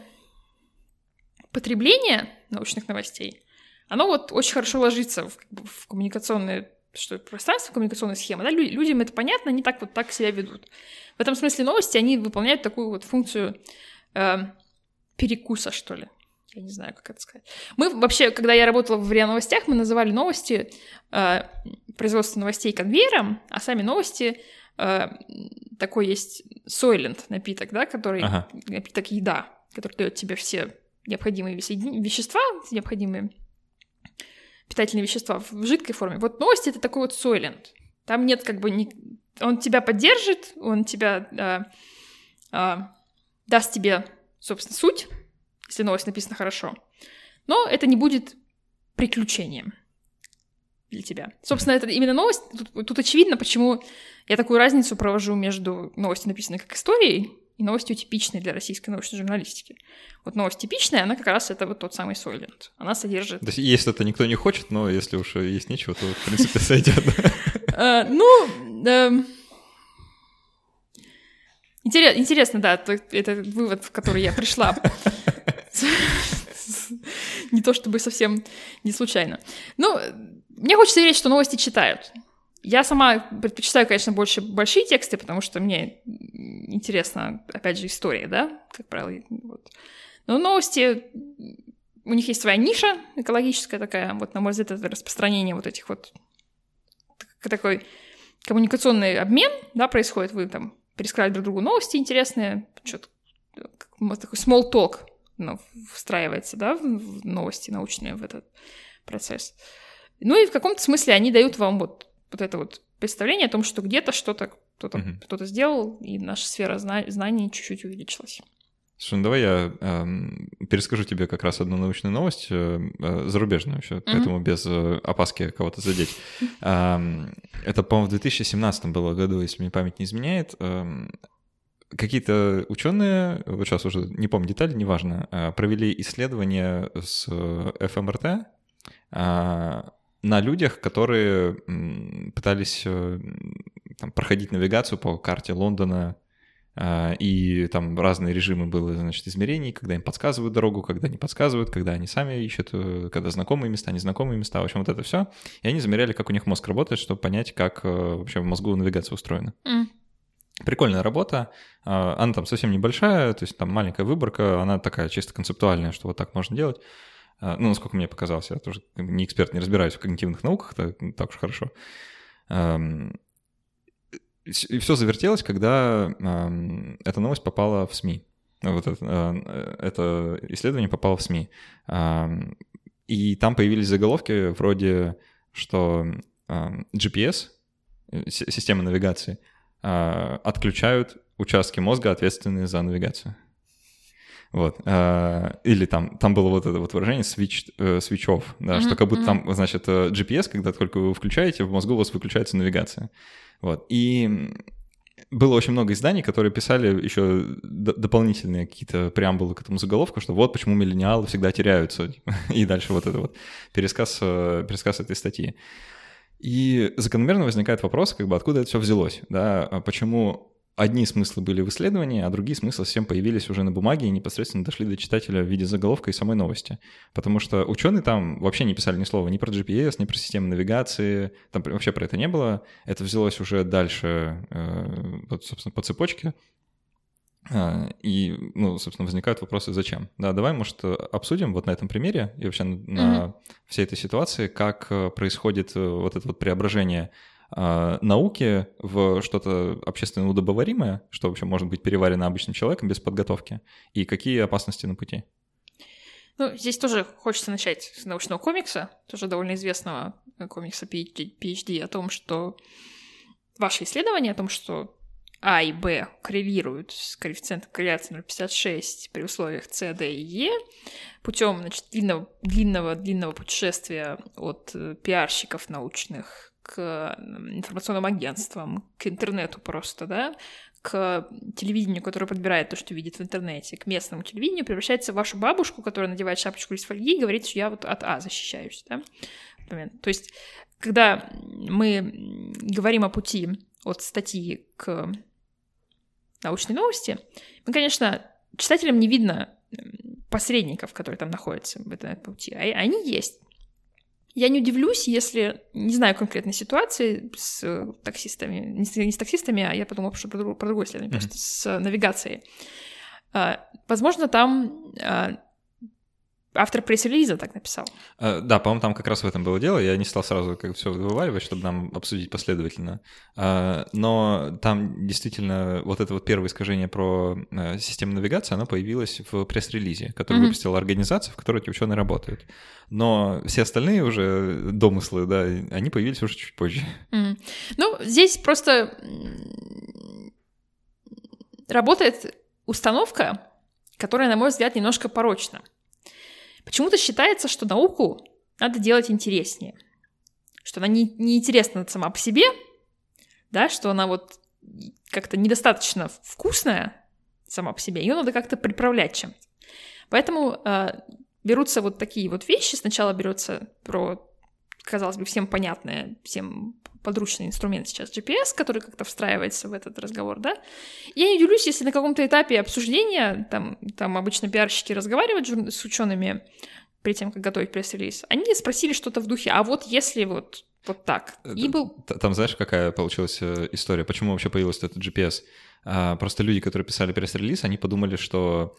потребление научных новостей, оно вот очень хорошо ложится в, в коммуникационное что пространство, коммуникационная схема, да, Лю- людям это понятно, они так вот так себя ведут. В этом смысле новости, они выполняют такую вот функцию э, перекуса, что ли. Я не знаю, как это сказать. Мы вообще, когда я работала в РИА Новостях, мы называли новости э, производство новостей конвейером, а сами новости э, такой есть Soylent напиток, да, который ага. напиток еда, который дает тебе все необходимые вещества, необходимые питательные вещества в жидкой форме. Вот новости — это такой вот Soylent. Там нет как бы... Ни... Он тебя поддержит, он тебя... А, а, даст тебе, собственно, суть, если новость написана хорошо. Но это не будет приключением для тебя. Собственно, это именно новость. Тут, тут очевидно, почему я такую разницу провожу между новостью, написанной как историей, и новостью типичной для российской научной журналистики. Вот новость типичная, она как раз это вот тот самый Soylent. Она содержит... То есть если это никто не хочет, но если уж есть нечего, то, в принципе, сойдет. Ну, интересно, да, это вывод, в который я пришла. Не то чтобы совсем не случайно. Ну, мне хочется верить, что новости читают. Я сама предпочитаю, конечно, больше большие тексты, потому что мне интересна, опять же, история, да, как правило. Вот. Но новости, у них есть своя ниша экологическая такая, вот, на мой взгляд, это распространение вот этих вот, такой коммуникационный обмен, да, происходит, вы там пересказываете друг другу новости интересные, что-то, такой small talk, ну, встраивается, да, в новости научные, в этот процесс. Ну и в каком-то смысле они дают вам вот вот это вот представление о том, что где-то что-то кто-то, uh-huh. кто-то сделал, и наша сфера зна- знаний чуть-чуть увеличилась. Слушай, ну давай я э, перескажу тебе как раз одну научную новость, э, зарубежную еще, uh-huh. поэтому без э, опаски кого-то задеть. Uh-huh. Э, это, по-моему, в две тысячи семнадцатом было году, если мне память не изменяет. Э, какие-то ученые, вот сейчас уже не помню детали, неважно, э, провели исследование с эф эм эр тэ, э, на людях, которые пытались там, проходить навигацию по карте Лондона, и там разные режимы было, значит, измерений, когда им подсказывают дорогу, когда не подсказывают, когда они сами ищут, когда знакомые места, незнакомые места, в общем, вот это все. И они замеряли, как у них мозг работает, чтобы понять, как вообще в мозгу навигация устроена. Mm. Прикольная работа, она там совсем небольшая, то есть там маленькая выборка, она такая чисто концептуальная, что вот так можно делать. Ну, насколько мне показалось, я тоже не эксперт, не разбираюсь в когнитивных науках, так, так уж хорошо. И все завертелось, когда эта новость попала в СМИ. Вот это, это исследование попало в СМИ. И там появились заголовки вроде, что джи пи эс, система навигации, отключают участки мозга, ответственные за навигацию. Вот. Или там, там было вот это вот выражение switch, switch off, да, mm-hmm. что как будто там, значит, джи пи эс, когда только вы включаете, в мозгу у вас выключается навигация. Вот. И было очень много изданий, которые писали еще д- дополнительные какие-то преамбулы к этому заголовку, что вот почему миллениалы всегда теряются. И дальше вот это вот пересказ, пересказ этой статьи. И закономерно возникает вопрос, как бы откуда это все взялось, да, почему одни смыслы были в исследовании, а другие смыслы всем появились уже на бумаге и непосредственно дошли до читателя в виде заголовка и самой новости. Потому что ученые там вообще не писали ни слова ни про джи пи эс, ни про систему навигации, там вообще про это не было. Это взялось уже дальше, вот, собственно, по цепочке. И, ну, собственно, возникают вопросы, зачем. Да, давай, может, обсудим вот на этом примере и вообще на mm-hmm. всей этой ситуации, как происходит вот это вот преображение науки в что-то общественно удобоваримое, что вообще может быть переварено обычным человеком без подготовки, и какие опасности на пути? Ну, здесь тоже хочется начать с научного комикса, тоже довольно известного комикса пи эйч ди, о том, что ваше исследование, о том, что А и Б коррелируют с коэффициентом корреляции ноль целых пятьдесят шесть при условиях С, Д и Е путем, значит, длинного, длинного, длинного путешествия от пиарщиков научных к информационным агентствам, к интернету просто, да, к телевидению, которое подбирает то, что видит в интернете, к местному телевидению, превращается в вашу бабушку, которая надевает шапочку из фольги и говорит, что я вот от А защищаюсь, да. То есть, когда мы говорим о пути от статьи к научной новости, мы, конечно, читателям не видно посредников, которые там находятся в этом пути, а они есть. Я не удивлюсь, если, не знаю конкретной ситуации с таксистами, не с, не с таксистами, а я подумала что про, друг, про другое исследование, mm-hmm. просто с навигацией. А, возможно, там а, автор пресс-релиза так написал. А, да, по-моему, там как раз в этом было дело. Я не стал сразу как все вываливать, чтобы нам обсудить последовательно. А, но там действительно вот это вот первое искажение про а, систему навигации, оно появилось в пресс-релизе, который mm-hmm. выпустила организация, в которой эти ученые работают. Но все остальные уже домыслы, да, они появились уже чуть позже. Mm. Ну, здесь просто работает установка, которая, на мой взгляд, немножко порочна. Почему-то считается, что науку надо делать интереснее, что она не, не интересна сама по себе, да, что она вот как-то недостаточно вкусная сама по себе, ее надо как-то приправлять чем-то. Поэтому э, берутся вот такие вот вещи. Сначала берется про, казалось бы, всем понятное, всем подручный инструмент сейчас джи пи эс, который как-то встраивается в этот разговор, да. Я не удивлюсь, если на каком-то этапе обсуждения, там, там обычно пиарщики разговаривают с учеными перед тем, как готовить пресс-релиз, они спросили что-то в духе, а вот если вот, вот так. И был... Там знаешь, какая получилась история? Почему вообще появился этот джи пи эс? Просто люди, которые писали пресс-релиз, они подумали, что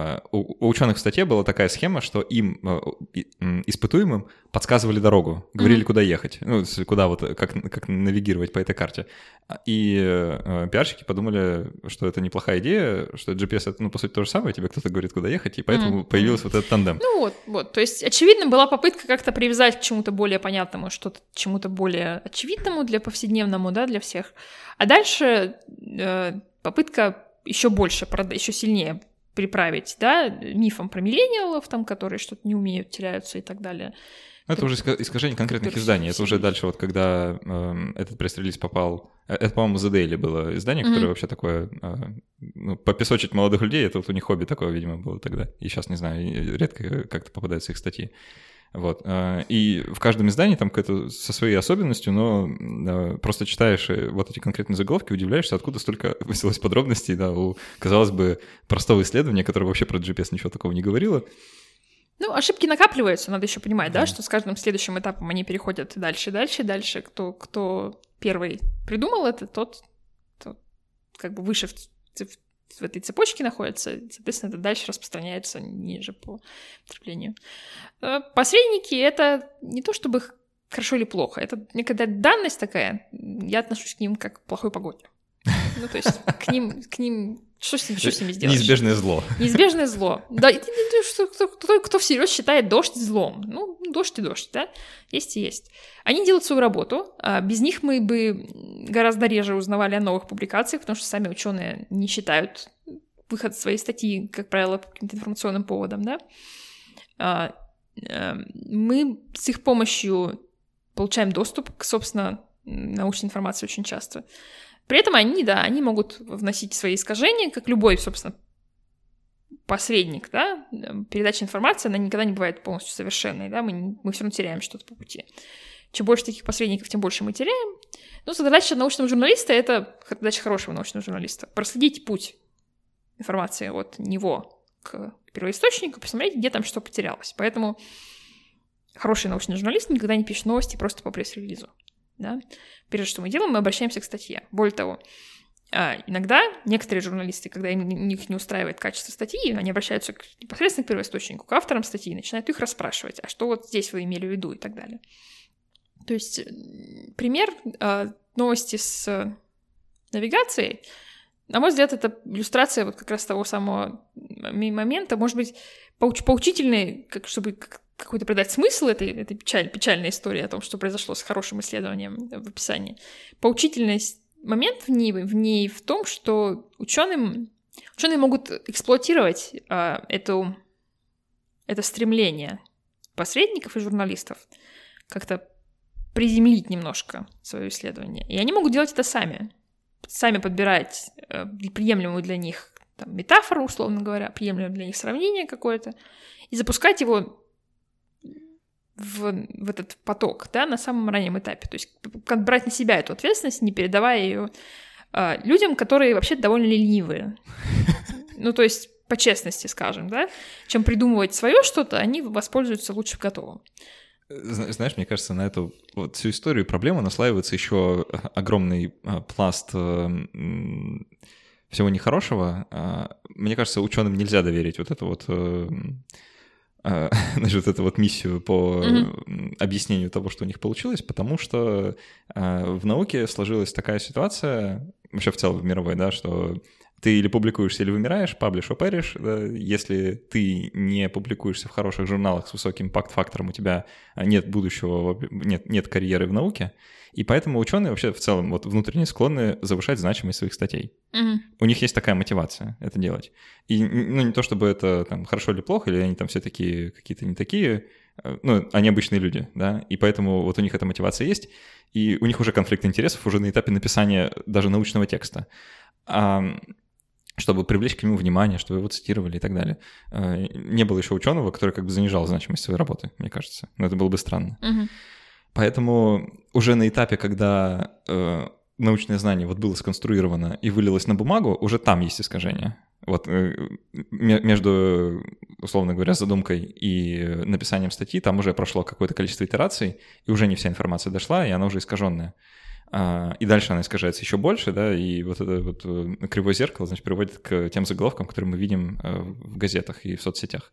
у ученых в статье была такая схема, что им, испытуемым, подсказывали дорогу, говорили, mm-hmm. куда ехать, ну, куда вот, как, как навигировать по этой карте. И э, пиарщики подумали, что это неплохая идея, что джи пи эс — это, ну, по сути, то же самое, тебе кто-то говорит, куда ехать, и поэтому mm-hmm. появился вот этот тандем. Ну вот, вот, то есть, очевидно, была попытка как-то привязать к чему-то более понятному, что-то, чему-то более очевидному для повседневному, да, для всех. А дальше э, попытка еще больше, еще сильнее приправить, да, мифом про миллениалов, там, которые что-то не умеют, теряются и так далее. Это Как... уже искажение конкретных изданий. Это уже дальше, вот когда э, этот пресс-релиз попал... Это, по-моему, The Daily было издание, которое mm-hmm. вообще такое... Э, ну, попесочить молодых людей, это вот у них хобби такое, видимо, было тогда. И сейчас, не знаю, редко как-то попадаются их статьи. Вот. И в каждом издании там какое-то со своей особенностью, но просто читаешь вот эти конкретные заголовки, удивляешься, откуда столько взялось подробностей, да, у, казалось бы, простого исследования, которое вообще про джи пи эс ничего такого не говорило. Ну, ошибки накапливаются, надо еще понимать, да. да, что с каждым следующим этапом они переходят дальше, дальше, дальше. Кто, кто первый придумал это, тот, тот как бы выше в, в, в этой цепочке находится, соответственно, это дальше распространяется ниже по потреблению. Посредники — это не то чтобы хорошо или плохо, это некая данность такая, я отношусь к ним как к плохой погоде. Ну, то есть к ним, к ним что с, ним, что с ними сделать? Неизбежное зло. Неизбежное зло. Да, кто, кто, кто всерьез считает дождь злом? Ну, дождь и дождь, да? Есть и есть. Они делают свою работу. А без них мы бы гораздо реже узнавали о новых публикациях, потому что сами ученые не считают выход своей статьи, как правило, по каким-то информационным поводам, да? А, а, мы с их помощью получаем доступ к, собственно, научной информации очень часто. При этом они, да, они могут вносить свои искажения, как любой, собственно, посредник, да, передача информации, она никогда не бывает полностью совершенной, да, мы, мы все равно теряем что-то по пути. Чем больше таких посредников, тем больше мы теряем. Но задача научного журналиста — это задача хорошего научного журналиста. Проследить путь информации от него к первоисточнику, посмотреть, где там что потерялось. Поэтому хороший научный журналист никогда не пишет новости просто по пресс-релизу. Да? Первое, что мы делаем, мы обращаемся к статье. Более того, иногда некоторые журналисты, когда им, их не устраивает качество статьи, они обращаются к, непосредственно к первоисточнику, к авторам статьи, и начинают их расспрашивать, а что вот здесь вы имели в виду и так далее. То есть пример новости с навигацией, на мой взгляд, это иллюстрация вот как раз того самого момента, может быть, поуч- поучительной, как, чтобы какой-то придать смысл этой, этой печаль, печальной истории о том, что произошло с хорошим исследованием в описании. Поучительный момент в ней, в ней в том, что ученым, ученые могут эксплуатировать а, эту, это стремление посредников и журналистов как-то приземлить немножко свое исследование. И они могут делать это сами. Сами подбирать э, приемлемую для них там, метафору, условно говоря, приемлемое для них сравнение какое-то, и запускать его в, в этот поток, да, на самом раннем этапе. То есть брать на себя эту ответственность, не передавая ее э, людям, которые вообще довольно ленивые. Ну, то есть, по честности скажем, да, чем придумывать свое что-то, они воспользуются лучше готовым. Знаешь, мне кажется, на эту вот всю историю проблему наслаивается еще огромный пласт всего нехорошего. Мне кажется, ученым нельзя доверить вот эту вот, значит, эту вот миссию по mm-hmm. объяснению того, что у них получилось, потому что в науке сложилась такая ситуация, вообще в целом в мировой, да, что ты или публикуешься, или вымираешь, publish or perish. Да? Если ты не публикуешься в хороших журналах с высоким импакт-фактором, у тебя нет будущего, нет, нет карьеры в науке. И поэтому ученые вообще в целом вот внутренне склонны завышать значимость своих статей. Mm-hmm. У них есть такая мотивация это делать. И ну, не то чтобы это там, хорошо или плохо, или они там все такие какие-то не такие, ну, они обычные люди, да, и поэтому вот у них эта мотивация есть, и у них уже конфликт интересов уже на этапе написания даже научного текста. А чтобы привлечь к нему внимание, чтобы его цитировали и так далее. Не было еще ученого, который как бы занижал значимость своей работы, мне кажется. Но это было бы странно. Uh-huh. Поэтому уже на этапе, когда э, научное знание вот было сконструировано и вылилось на бумагу, уже там есть искажения. Вот э, между, условно говоря, задумкой и написанием статьи там уже прошло какое-то количество итераций, и уже не вся информация дошла, и она уже искаженная. И дальше она искажается еще больше, да, и вот это вот кривое зеркало, значит, приводит к тем заголовкам, которые мы видим в газетах и в соцсетях.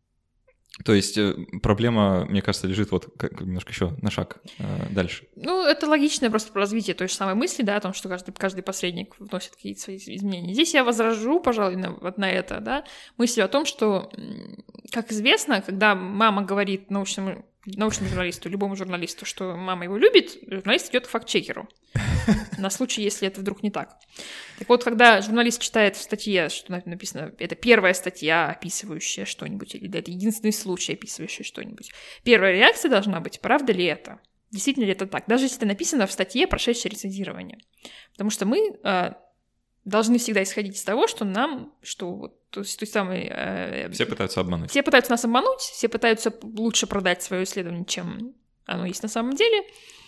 То есть проблема, мне кажется, лежит вот как, немножко еще на шаг э, дальше. Ну, это логичное просто развитие той же самой мысли, да, о том, что каждый, каждый посредник вносит какие-то свои изменения. Здесь я возражу, пожалуй, на, вот на это, да, мыслью о том, что, как известно, когда мама говорит научному, научному журналисту, любому журналисту, что мама его любит, журналист идет к факт-чекеру. На случай, если это вдруг не так. Так вот, когда журналист читает в статье, что написано, это первая статья, описывающая что-нибудь, или это единственный случай, описывающий что-нибудь, первая реакция должна быть, правда ли это? Действительно ли это так? Даже если это написано в статье, прошедшее рецензирование. Потому что мы э, должны всегда исходить из того, что нам, что вот, то есть той самой... Э, все пытаются обмануть. Все пытаются нас обмануть, все пытаются лучше продать свое исследование, чем оно есть на самом деле.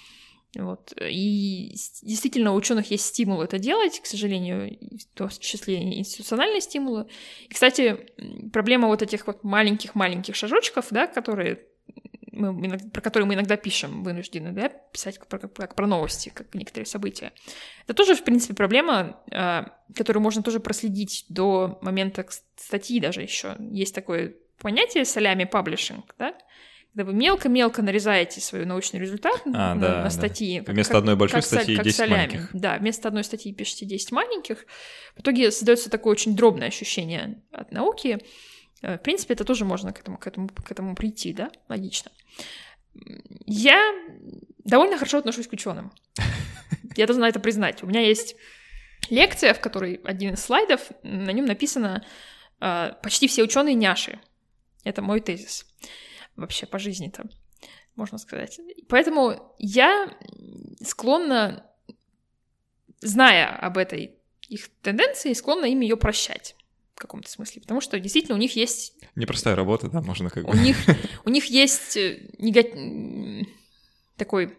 Вот. И действительно у ученых есть стимул это делать, к сожалению, в том числе институциональные стимулы. И, кстати, проблема вот этих вот маленьких-маленьких шажочков, да, которые мы, про которые мы иногда пишем, вынуждены, да, писать как про, как про новости, как некоторые события. Это тоже, в принципе, проблема, которую можно тоже проследить до момента статьи даже еще. Есть такое понятие салями паблишинг, да, когда вы мелко-мелко нарезаете свой научный результат а, на, да, на статьи. Да. Как, вместо как, одной большой как, статьи как десять солями. маленьких. Да, вместо одной статьи пишите десять маленьких. В итоге создается такое очень дробное ощущение от науки. В принципе, это тоже можно к этому, к этому, к этому прийти, да, логично. Я довольно хорошо отношусь к ученым. Я должна это признать. У меня есть лекция, в которой один из слайдов, на нем написано «Почти все ученые няши». Это мой тезис. Вообще по жизни-то, можно сказать. Поэтому я склонна, зная об этой их тенденции, склонна им ее прощать в каком-то смысле, потому что действительно у них есть... Непростая работа, да, можно как бы... У них, у них есть нега... такой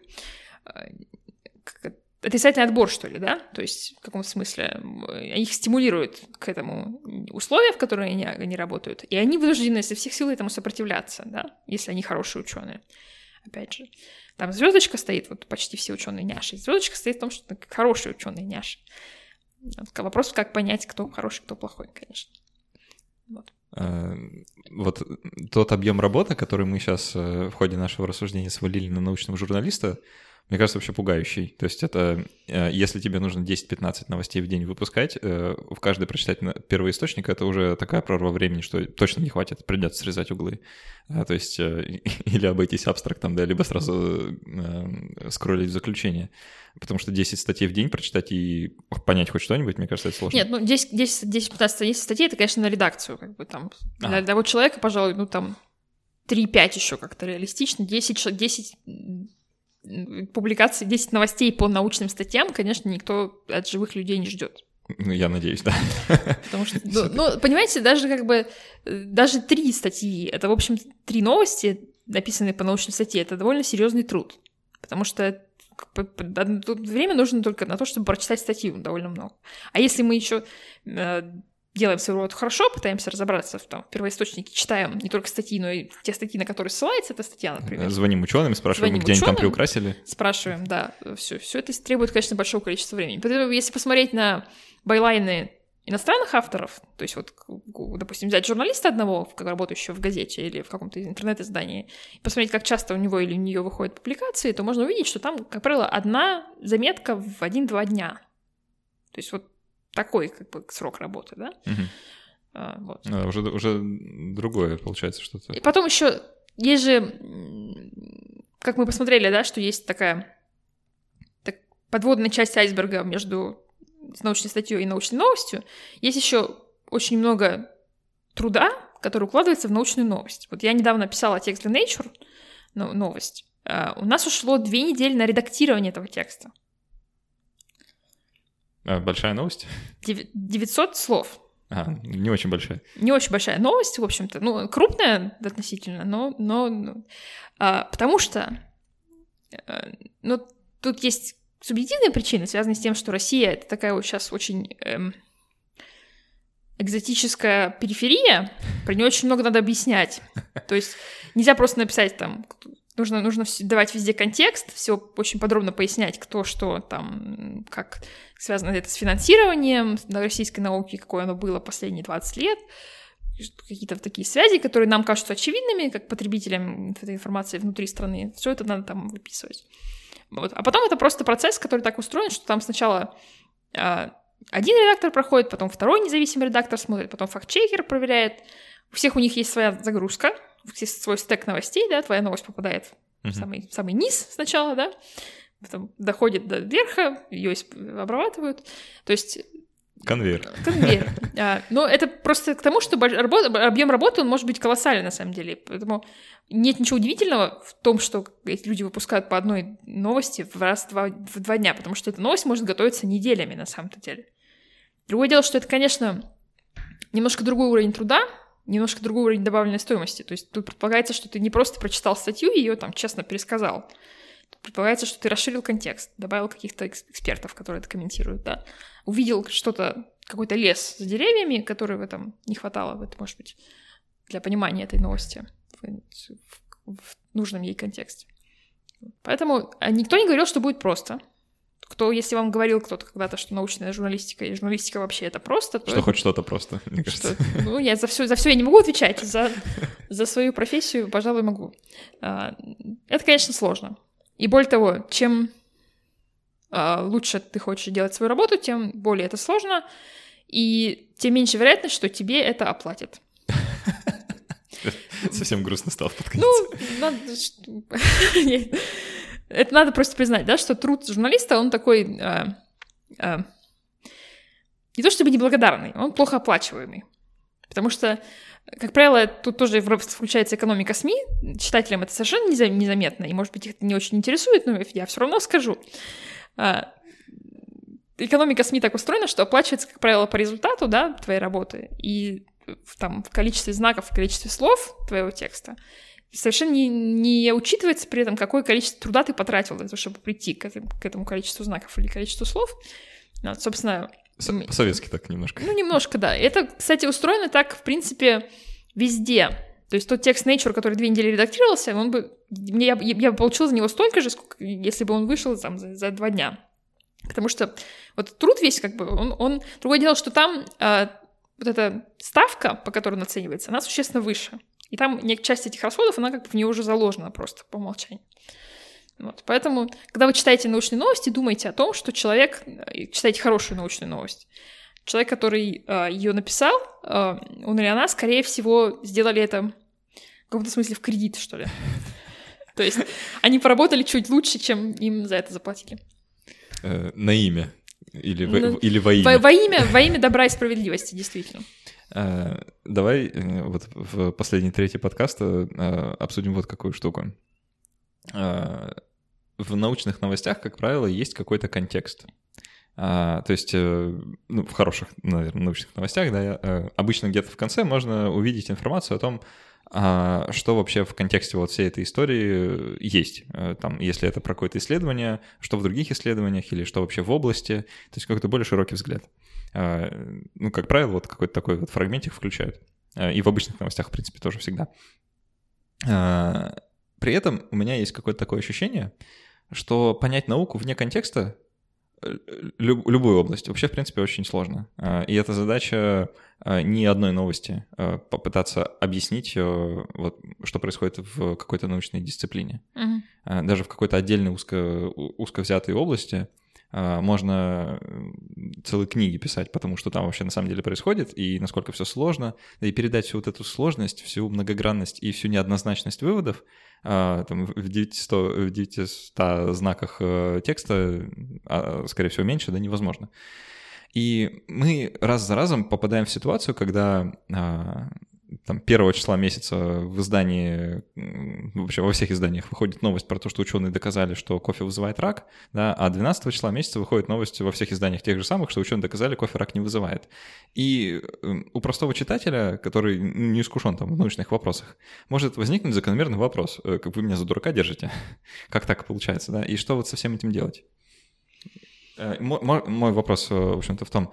отрицательный отбор, что ли, да? То есть в каком смысле их стимулируют к этому условия, в которые они, они работают, и они вынуждены изо всех сил этому сопротивляться, да, если они хорошие ученые. Опять же, там звездочка стоит, вот почти все ученые няши. Звездочка стоит в том, что хорошие ученые няши. Вопрос, как понять, кто хороший, кто плохой, конечно. Вот. Вот тот объем работы, который мы сейчас в ходе нашего рассуждения свалили на научного журналиста, мне кажется, вообще пугающий. То есть это, если тебе нужно десять-пятнадцать новостей в день выпускать, в каждой прочитать первоисточник, это уже такая прорва времени, что точно не хватит, придется срезать углы. То есть или обойтись абстрактом, да, либо сразу скроллить в заключение. Потому что десять статей в день прочитать и понять хоть что-нибудь, мне кажется, это сложно. Нет, ну десять-пятнадцать статей, это, конечно, на редакцию. Как бы, там, а. Для одного человека, пожалуй, ну там три-пять еще как-то реалистично, десять... десять публикаций, десять новостей по научным статьям, конечно, никто от живых людей не ждет. Ну, я надеюсь, да. Потому что, ну, ну, понимаете, даже как бы, даже три статьи, это, в общем, три новости, написанные по научной статье, это довольно серьезный труд. Потому что тут время нужно только на то, чтобы прочитать статью довольно много. А если мы еще делаем свою работу хорошо, пытаемся разобраться в, там, в первоисточнике, читаем не только статьи, но и те статьи, на которые ссылается эта статья, например. Звоним ученым, спрашиваем, Звоним где ученым, они там приукрасили. Спрашиваем, да. Все, все это требует, конечно, большого количества времени. Поэтому, если посмотреть на байлайны иностранных авторов, то есть вот, допустим, взять журналиста одного, работающего в газете или в каком-то интернет-издании, и посмотреть, как часто у него или у нее выходят публикации, то можно увидеть, что там, как правило, одна заметка в один-два дня. То есть вот такой как бы срок работы, да? Угу. А, вот. А, уже, уже другое получается что-то. И потом еще есть же, как мы посмотрели, да, что есть такая так, подводная часть айсберга между научной статьей и научной новостью. Есть еще очень много труда, который укладывается в научную новость. Вот я недавно писала текст для Nature, ну, новость. А у нас ушло две недели на редактирование этого текста. Большая новость? девятьсот слов. А, не очень большая. Не очень большая новость, в общем-то. Ну, крупная относительно, но... но, но а, потому что а, ну, тут есть субъективные причины, связанные с тем, что Россия — это такая вот сейчас очень эм, экзотическая периферия, про нее очень много надо объяснять. То есть нельзя просто написать там... Нужно, нужно давать везде контекст, все очень подробно пояснять, кто что там, как связано это с финансированием российской науки, какое оно было последние двадцать лет, какие-то такие связи, которые нам кажутся очевидными, как потребителям этой информации внутри страны. Все это надо там выписывать. Вот. А потом это просто процесс, который так устроен, что там сначала э, один редактор проходит, потом второй независимый редактор смотрит, потом фактчекер проверяет. У всех у них есть своя загрузка, свой стек новостей, да, твоя новость попадает uh-huh. в самый, в самый низ сначала, да, потом доходит до верха, ее обрабатывают, то есть... Конвейер. Конвейер. А, но это просто к тому, что объем работы, он может быть колоссальный на самом деле, поэтому нет ничего удивительного в том, что эти люди выпускают по одной новости в раз-два в два дня, потому что эта новость может готовиться неделями на самом-то деле. Другое дело, что это, конечно, немножко другой уровень труда, немножко другой уровень добавленной стоимости. То есть тут предполагается, что ты не просто прочитал статью и ее там честно пересказал. Тут предполагается, что ты расширил контекст, добавил каких-то экспертов, которые это комментируют, да. Увидел что-то, какой-то лес за деревьями, который в этом не хватало, это, может быть, для понимания этой новости. в нужном ей контексте. Поэтому никто не говорил, что будет просто. Кто, если вам говорил кто-то когда-то, что научная журналистика и журналистика вообще это просто, то... Что это... хоть что-то просто, мне кажется. Что... Ну, я за все, за все я не могу отвечать, за, за свою профессию, пожалуй, могу. Это, конечно, сложно. И более того, чем лучше ты хочешь делать свою работу, тем более это сложно, и тем меньше вероятность, что тебе это оплатят. Совсем грустно стало под конец. Ну, надо... Это надо просто признать, да, что труд журналиста, он такой... Э, э, не то чтобы неблагодарный, он плохо оплачиваемый. Потому что, как правило, тут тоже включается экономика СМИ. Читателям это совершенно незаметно, и, может быть, их это не очень интересует, но я все равно скажу. Э, экономика СМИ так устроена, что оплачивается, как правило, по результату, да, твоей работы, и в, там, в количестве знаков, в количестве слов твоего текста. Совершенно не, не учитывается при этом, какое количество труда ты потратил для того, чтобы прийти к этому, к этому количеству знаков или количеству слов. Вот, собственно... По-советски так немножко. Ну, немножко, да. Это, кстати, устроено так, в принципе, везде. То есть тот текст Nature, который две недели редактировался, он бы... Я, я бы получила за него столько же, сколько, если бы он вышел там, за, за два дня. Потому что вот труд весь, как бы, он... он... Другое дело, что там э, вот эта ставка, по которой он оценивается, она существенно выше. И там часть этих расходов, она как бы в нее уже заложена просто по умолчанию. Вот. Поэтому, когда вы читаете научные новости, думайте о том, что человек... Читайте хорошую научную новость. Человек, который э, ее написал, э, он или она, скорее всего, сделали это в каком-то смысле в кредит, что ли. То есть они поработали чуть лучше, чем им за это заплатили. На имя. Или во имя. Во имя, во имя добра и справедливости, действительно. Uh, давай uh, вот в последней трети подкаста uh, обсудим вот какую штуку. Uh, в научных новостях, как правило, есть какой-то контекст. Uh, то есть, uh, ну, в хороших, наверное, научных новостях, да, uh, обычно где-то в конце можно увидеть информацию о том, uh, что вообще в контексте вот всей этой истории есть. Uh, там, если это про какое-то исследование, что в других исследованиях или что вообще в области. То есть какой-то более широкий взгляд. Ну, как правило, вот какой-то такой вот фрагментик включают. И в обычных новостях, в принципе, тоже всегда. При этом у меня есть какое-то такое ощущение, что понять науку вне контекста люб- любую область вообще, в принципе, очень сложно. И это задача ни одной новости попытаться объяснить, вот, что происходит в какой-то научной дисциплине. Mm-hmm. Даже в какой-то отдельной узко, узко взятой области можно целые книги писать, потому что там вообще на самом деле происходит, и насколько все сложно, и передать всю вот эту сложность, всю многогранность и всю неоднозначность выводов там, в девятистах знаках текста, скорее всего, меньше, да, невозможно. И мы раз за разом попадаем в ситуацию, когда там, первого числа месяца в издании, вообще во всех изданиях выходит новость про то, что ученые доказали, что кофе вызывает рак, да, а двенадцатого числа месяца выходит новость во всех изданиях тех же самых, что ученые доказали, кофе рак не вызывает. И у простого читателя, который не искушен там в научных вопросах, может возникнуть закономерный вопрос: как вы меня за дурака держите? Как так получается, да? И что вот со всем этим делать? Мой, мой вопрос, в общем-то, в том,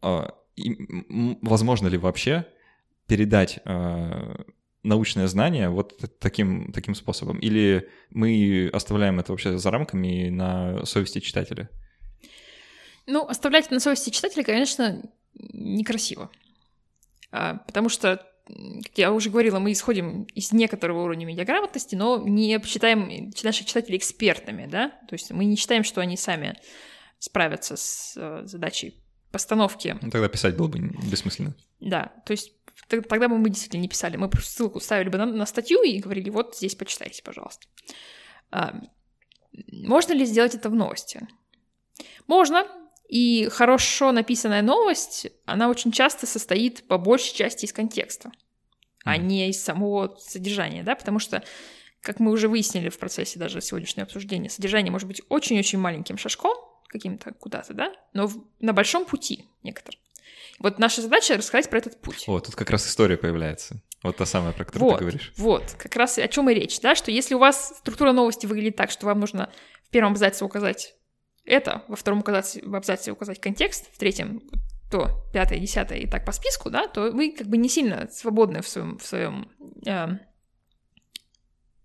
возможно ли вообще передать э, научное знание вот таким, таким способом? Или мы оставляем это вообще за рамками на совести читателя? Ну, оставлять это на совести читателя, конечно, некрасиво. А, потому что, как я уже говорила, мы исходим из некоторого уровня медиаграмотности, но не считаем наших читателей экспертами, да? То есть мы не считаем, что они сами справятся с э, задачей постановки. Ну, тогда писать было бы бессмысленно. Да, то есть тогда бы мы действительно не писали. Мы просто ссылку ставили бы на, на статью и говорили: вот здесь почитайте, пожалуйста. А, можно ли сделать это в новости? Можно. И хорошо написанная новость, она очень часто состоит по большей части из контекста, mm. а не из самого содержания, да, потому что, как мы уже выяснили в процессе даже сегодняшнего обсуждения, содержание может быть очень-очень маленьким шажком каким-то куда-то, да, но в, на большом пути некоторым. Вот наша задача — рассказать про этот путь. О, тут как раз история появляется. Вот та самая, про которую вот, ты говоришь. Вот, как раз о чем и речь, да, что если у вас структура новости выглядит так, что вам нужно в первом абзаце указать это, во втором абзаце, в абзаце указать контекст, в третьем то, пятое, десятое и так по списку, да, то вы как бы не сильно свободны в своем, в своем э,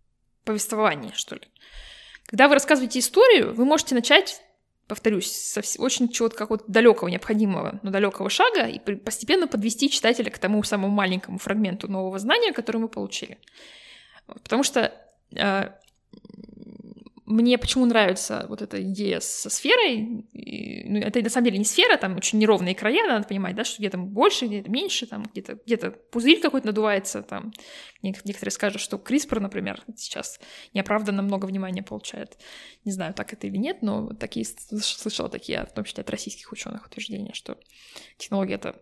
повествовании, что ли. Когда вы рассказываете историю, вы можете начать, повторюсь, со вс... очень чего-то какого-то далекого, необходимого, но далекого шага и постепенно подвести читателя к тому самому маленькому фрагменту нового знания, который мы получили. Потому что э, мне почему нравится вот эта идея со сферой, и, ну, это на самом деле не сфера, там очень неровные края, надо понимать, да, что где-то больше, где-то меньше, там где-то, где-то пузырь какой-то надувается, там некоторые скажут, что CRISPR, например, сейчас неоправданно много внимания получает. Не знаю, так это или нет, но такие, слышала такие, в том числе от российских ученых, утверждения, что технология это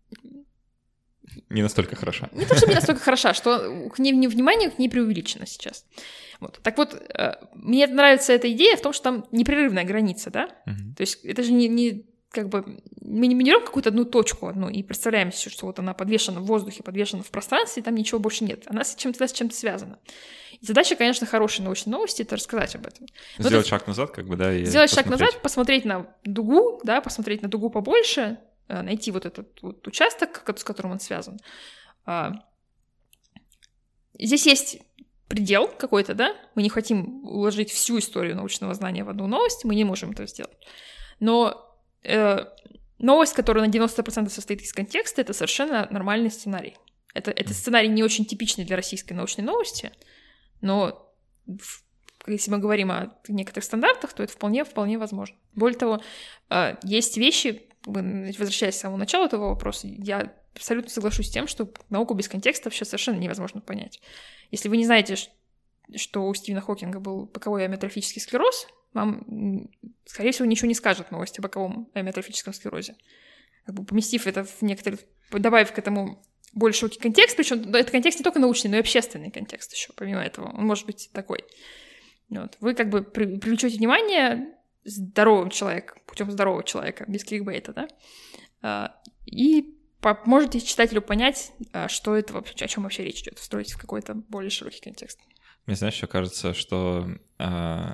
не настолько хороша. Не то, что не настолько хороша, что к ней внимание к ней преувеличено сейчас. Вот. Так вот, мне нравится эта идея в том, что там непрерывная граница, да? Uh-huh. То есть это же не, не как бы... Мы не берем какую-то одну точку одну и представляем себе, что вот она подвешена в воздухе, подвешена в пространстве, и там ничего больше нет. Она с чем-то, с чем-то связана. И задача, конечно, хорошей научной новости — это рассказать об этом. Но сделать это... шаг назад, как бы, да, и Сделать посмотреть. шаг назад, посмотреть на дугу, да, посмотреть на дугу побольше, найти вот этот вот участок, с которым он связан. Здесь есть предел какой-то, да? Мы не хотим уложить всю историю научного знания в одну новость, мы не можем это сделать. Но э, новость, которая на девяносто процентов состоит из контекста, это совершенно нормальный сценарий. Это, это сценарий не очень типичный для российской научной новости, но если мы говорим о некоторых стандартах, то это вполне, вполне возможно. Более того, э, есть вещи, возвращаясь к самому началу этого вопроса, я абсолютно соглашусь с тем, что науку без контекста вообще совершенно невозможно понять. Если вы не знаете, что у Стивена Хокинга был боковой амиотрофический склероз, вам, скорее всего, ничего не скажет новость о боковом амиотрофическом склерозе. Как бы поместив это в некоторый, добавив к этому более широкий контекст, причем это контекст не только научный, но и общественный контекст еще, помимо этого. Он может быть такой. Вот. Вы как бы привлечете внимание здоровым человеком, путем здорового человека, без кликбейта, да, и поможете читателю понять, что это вообще, о чем вообще речь идет, встроить в какой-то более широкий контекст. Мне, знаешь, еще кажется, что э,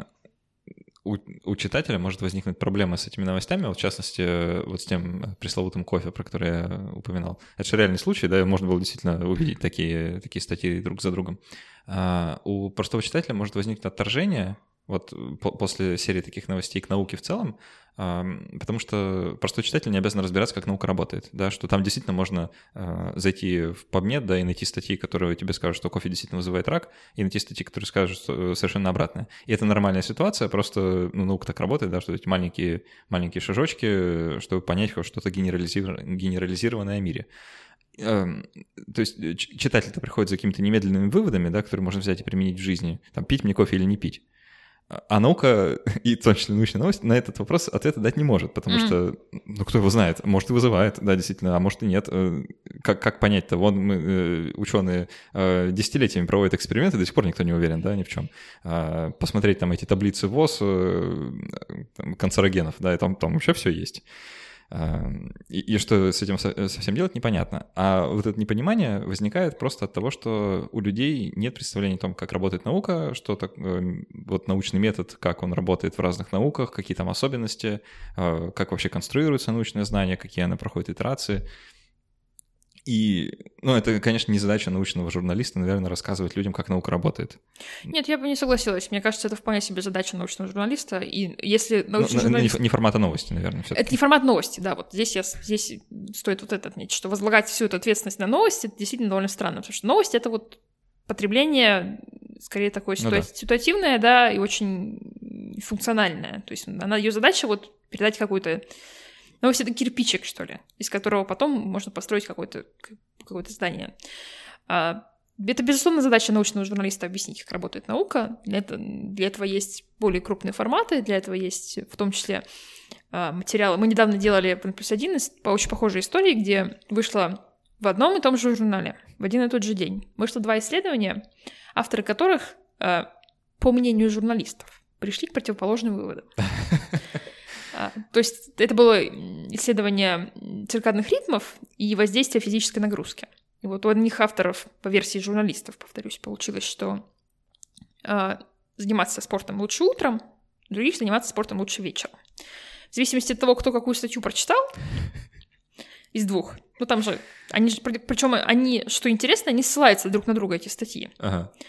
у, у читателя может возникнуть проблема с этими новостями, вот в частности, вот с тем пресловутым кофе, про который я упоминал. Это же реальный случай, да, можно было действительно увидеть такие, такие статьи друг за другом. А у простого читателя может возникнуть отторжение вот по- после серии таких новостей к науке в целом, э, потому что простой читатель не обязан разбираться, как наука работает, да, что там действительно можно э, зайти в PubMed, да, и найти статьи, которые тебе скажут, что кофе действительно вызывает рак, и найти статьи, которые скажут что совершенно обратное. И это нормальная ситуация, просто ну, наука так работает, да, что эти маленькие, маленькие шажочки, чтобы понять что-то генерализир... генерализированное о мире. То есть читатель-то приходит за какими-то немедленными выводами, да, которые можно взять и применить в жизни, там, пить мне кофе или не пить. А наука, и в том числе научная новость, на этот вопрос ответа дать не может, потому mm. что, ну, кто его знает, может, и вызывает, да, действительно, а может, и нет. Как, как понять-то? Вон мы, ученые, десятилетиями проводят эксперименты, до сих пор никто не уверен, да, ни в чем. Посмотреть там эти таблицы ВОЗ, там, канцерогенов, да, и там, там вообще все есть. И, и что с этим совсем делать, непонятно. А вот это непонимание возникает просто от того, что у людей нет представления о том, как работает наука, что так, вот научный метод, как он работает в разных науках, какие там особенности, как вообще конструируется научное знание, какие оно проходит итерации. И, ну, это, конечно, не задача научного журналиста, наверное, рассказывать людям, как наука работает. Нет, я бы не согласилась. Мне кажется, это вполне себе задача научного журналиста. И если научный ну, журналист... Не, не формата новости, наверное, всё-таки. Это не формат новости, да. Вот здесь, я, здесь стоит вот это отметить, что возлагать всю эту ответственность на новости — это действительно довольно странно, потому что новости — это вот потребление, скорее, такое ситуа... ну, да. ситуативное, да, и очень функциональное. То есть она, ее задача вот передать какую-то... Новость — это кирпичик, что ли, из которого потом можно построить какое-то, какое-то здание. Это, безусловно, задача научного журналиста — объяснить, как работает наука. Для этого, для этого есть более крупные форматы, для этого есть в том числе материалы. Мы недавно делали плюс один по очень похожей истории, где вышло в одном и том же журнале в один и тот же день. Вышло два исследования, авторы которых, по мнению журналистов, пришли к противоположным выводам. То есть это было исследование циркадных ритмов и воздействия физической нагрузки. И вот у одних авторов, по версии журналистов, повторюсь, получилось, что э, заниматься спортом лучше утром, у других заниматься спортом лучше вечером. В зависимости от того, кто какую статью прочитал, из двух. Ну там же, они же, причем они, что интересно, они ссылаются друг на друга, эти статьи. Ага.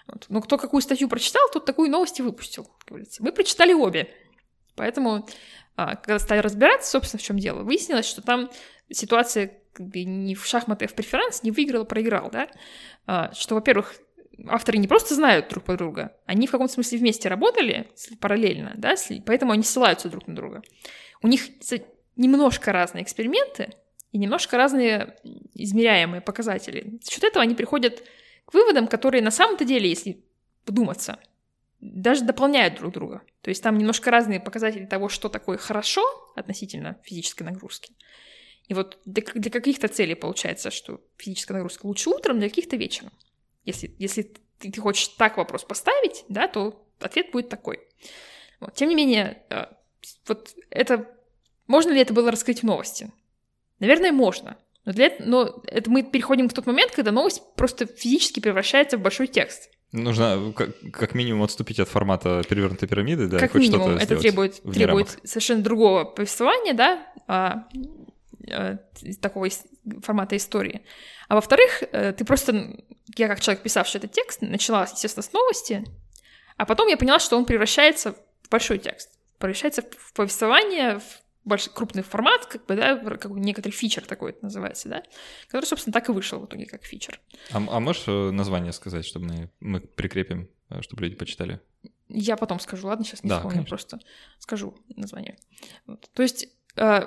Вот. Но кто какую статью прочитал, тот такую новость и выпустил, как говорится. Мы прочитали обе. Поэтому, когда стали разбираться, собственно, в чем дело, выяснилось, что там ситуация как бы не в шахматы, а в преферанс, не выиграл, а проиграл, да? Что, во-первых, авторы не просто знают друг про друга, они в каком-то смысле вместе работали параллельно, да, поэтому они ссылаются друг на друга. У них немножко разные эксперименты и немножко разные измеряемые показатели. За счет этого они приходят к выводам, которые на самом-то деле, если вдуматься, даже дополняют друг друга. То есть там немножко разные показатели того, что такое хорошо относительно физической нагрузки. И вот для, для каких-то целей получается, что физическая нагрузка лучше утром, для каких-то вечером. Если, если ты, ты хочешь так вопрос поставить, да, то ответ будет такой. Вот. Тем не менее, вот это... Можно ли это было раскрыть в новости? Наверное, можно. Но, для этого, но это мы переходим в тот момент, когда новость просто физически превращается в большой текст. Нужно как, как минимум отступить от формата перевернутой пирамиды, да, как и хоть минимум, что-то это требует, требует совершенно другого повествования, да, а, а, такого формата истории. А во-вторых, ты просто, я как человек, писавший этот текст, начала, естественно, с новости, а потом я поняла, что он превращается в большой текст, превращается в повествование, в большой, крупный формат, как бы, да, как бы некоторый фичер такой это называется, да, который, собственно, так и вышел в итоге как фичер. А, а можешь название сказать, чтобы мы, мы прикрепим, чтобы люди почитали? Я потом скажу, ладно, сейчас не да, вспомню, конечно. Просто скажу название. Вот. То есть э,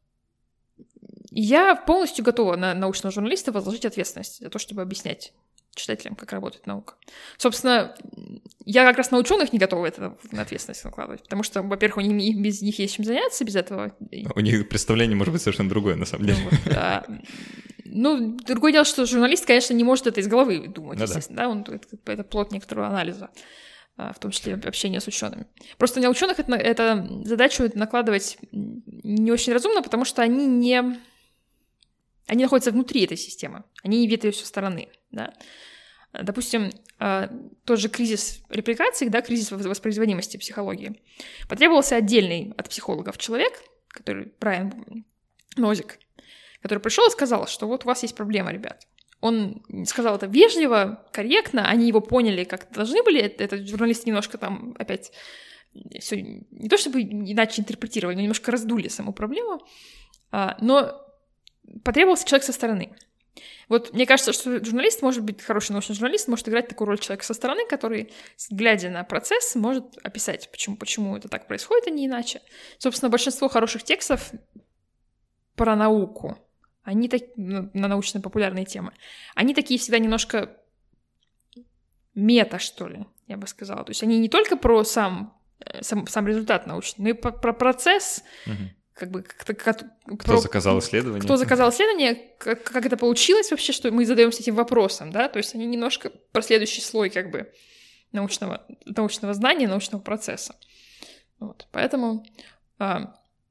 я полностью готова на научного журналиста возложить ответственность за то, чтобы объяснять читателям, как работает наука. Собственно, я как раз на ученых не готова это на ответственность накладывать, потому что, во-первых, у них без них есть чем заняться, без этого. У них представление может быть совершенно другое, на самом деле. Ну, вот, а, ну другое дело, что журналист, конечно, не может это из головы думать, ну, естественно, да, да? Он, это, это плод некоторого анализа, в том числе общения с учеными. Просто на ученых это, это задачу накладывать не очень разумно, потому что они не... Они находятся внутри этой системы, они не видят ее со стороны, да. Допустим, тот же кризис репликации, да, кризис воспроизводимости психологии, потребовался отдельный от психологов человек, который Брайан Нозик, который пришел и сказал, что вот у вас есть проблема, ребят. Он сказал это вежливо, корректно, они его поняли, как должны были, этот журналист немножко там опять все не то чтобы иначе интерпретировали, но немножко раздули саму проблему, но потребовался человек со стороны. Вот мне кажется, что журналист может быть, хороший научный журналист может играть такую роль человека со стороны, который, глядя на процесс, может описать, почему, почему это так происходит, а не иначе. Собственно, большинство хороших текстов про науку, они так, на научно-популярные темы, они такие всегда немножко мета, что ли, я бы сказала. То есть они не только про сам, сам, сам результат научный, но и про, про процесс, угу. Как бы, как, как, кто про, заказал исследование. Кто заказал исследование, как, как это получилось вообще, что мы задаемся этим вопросом, да, то есть они немножко про следующий слой как бы научного, научного знания, научного процесса. Вот. Поэтому а,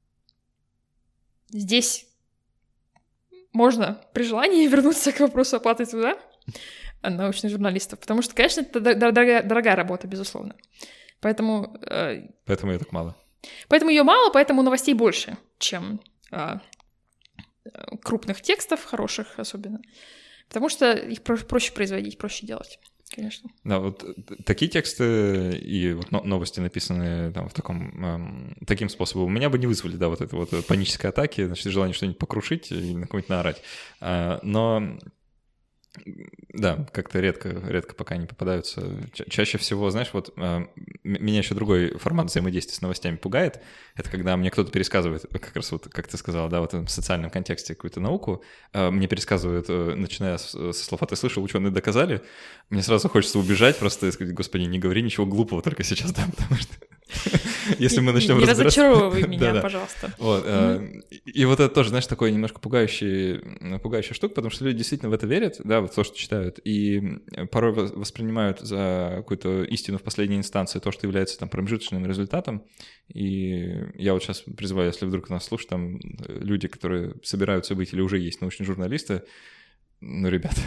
здесь можно при желании вернуться к вопросу оплаты труда научных журналистов, потому что, конечно, это дорогая, дорогая работа, безусловно. Поэтому... А, Поэтому ее так мало. Поэтому ее мало, поэтому новостей больше, чем а, крупных текстов, хороших особенно. Потому что их про- проще производить, проще делать, конечно. Да, вот такие тексты и вот новости, написанные там в таком, эм, таким способом, у меня бы не вызвали, да, вот это вот панической атаки, значит, желание что-нибудь покрушить и на кого-нибудь наорать. А, но... Да, как-то редко, редко пока не попадаются. Ча- чаще всего, знаешь, вот э, меня еще другой формат взаимодействия с новостями пугает. Это когда мне кто-то пересказывает, как раз вот, как ты сказал, да, вот в социальном контексте какую-то науку, э, мне пересказывают, э, начиная с, со слов «а ты слышал, ученые доказали», мне сразу хочется убежать просто и сказать: господи, не говори ничего глупого только сейчас, да, потому что если мы начнем не разбираться... Не разочаровывай меня, пожалуйста. Вот, и вот это тоже, знаешь, такое немножко пугающая штука, потому что люди действительно в это верят, да, в то, что читают, и порой воспринимают за какую-то истину в последней инстанции то, что является там промежуточным результатом. И я вот сейчас призываю, если вдруг нас слушают там люди, которые собираются быть или уже есть научные журналисты, ну, ребят...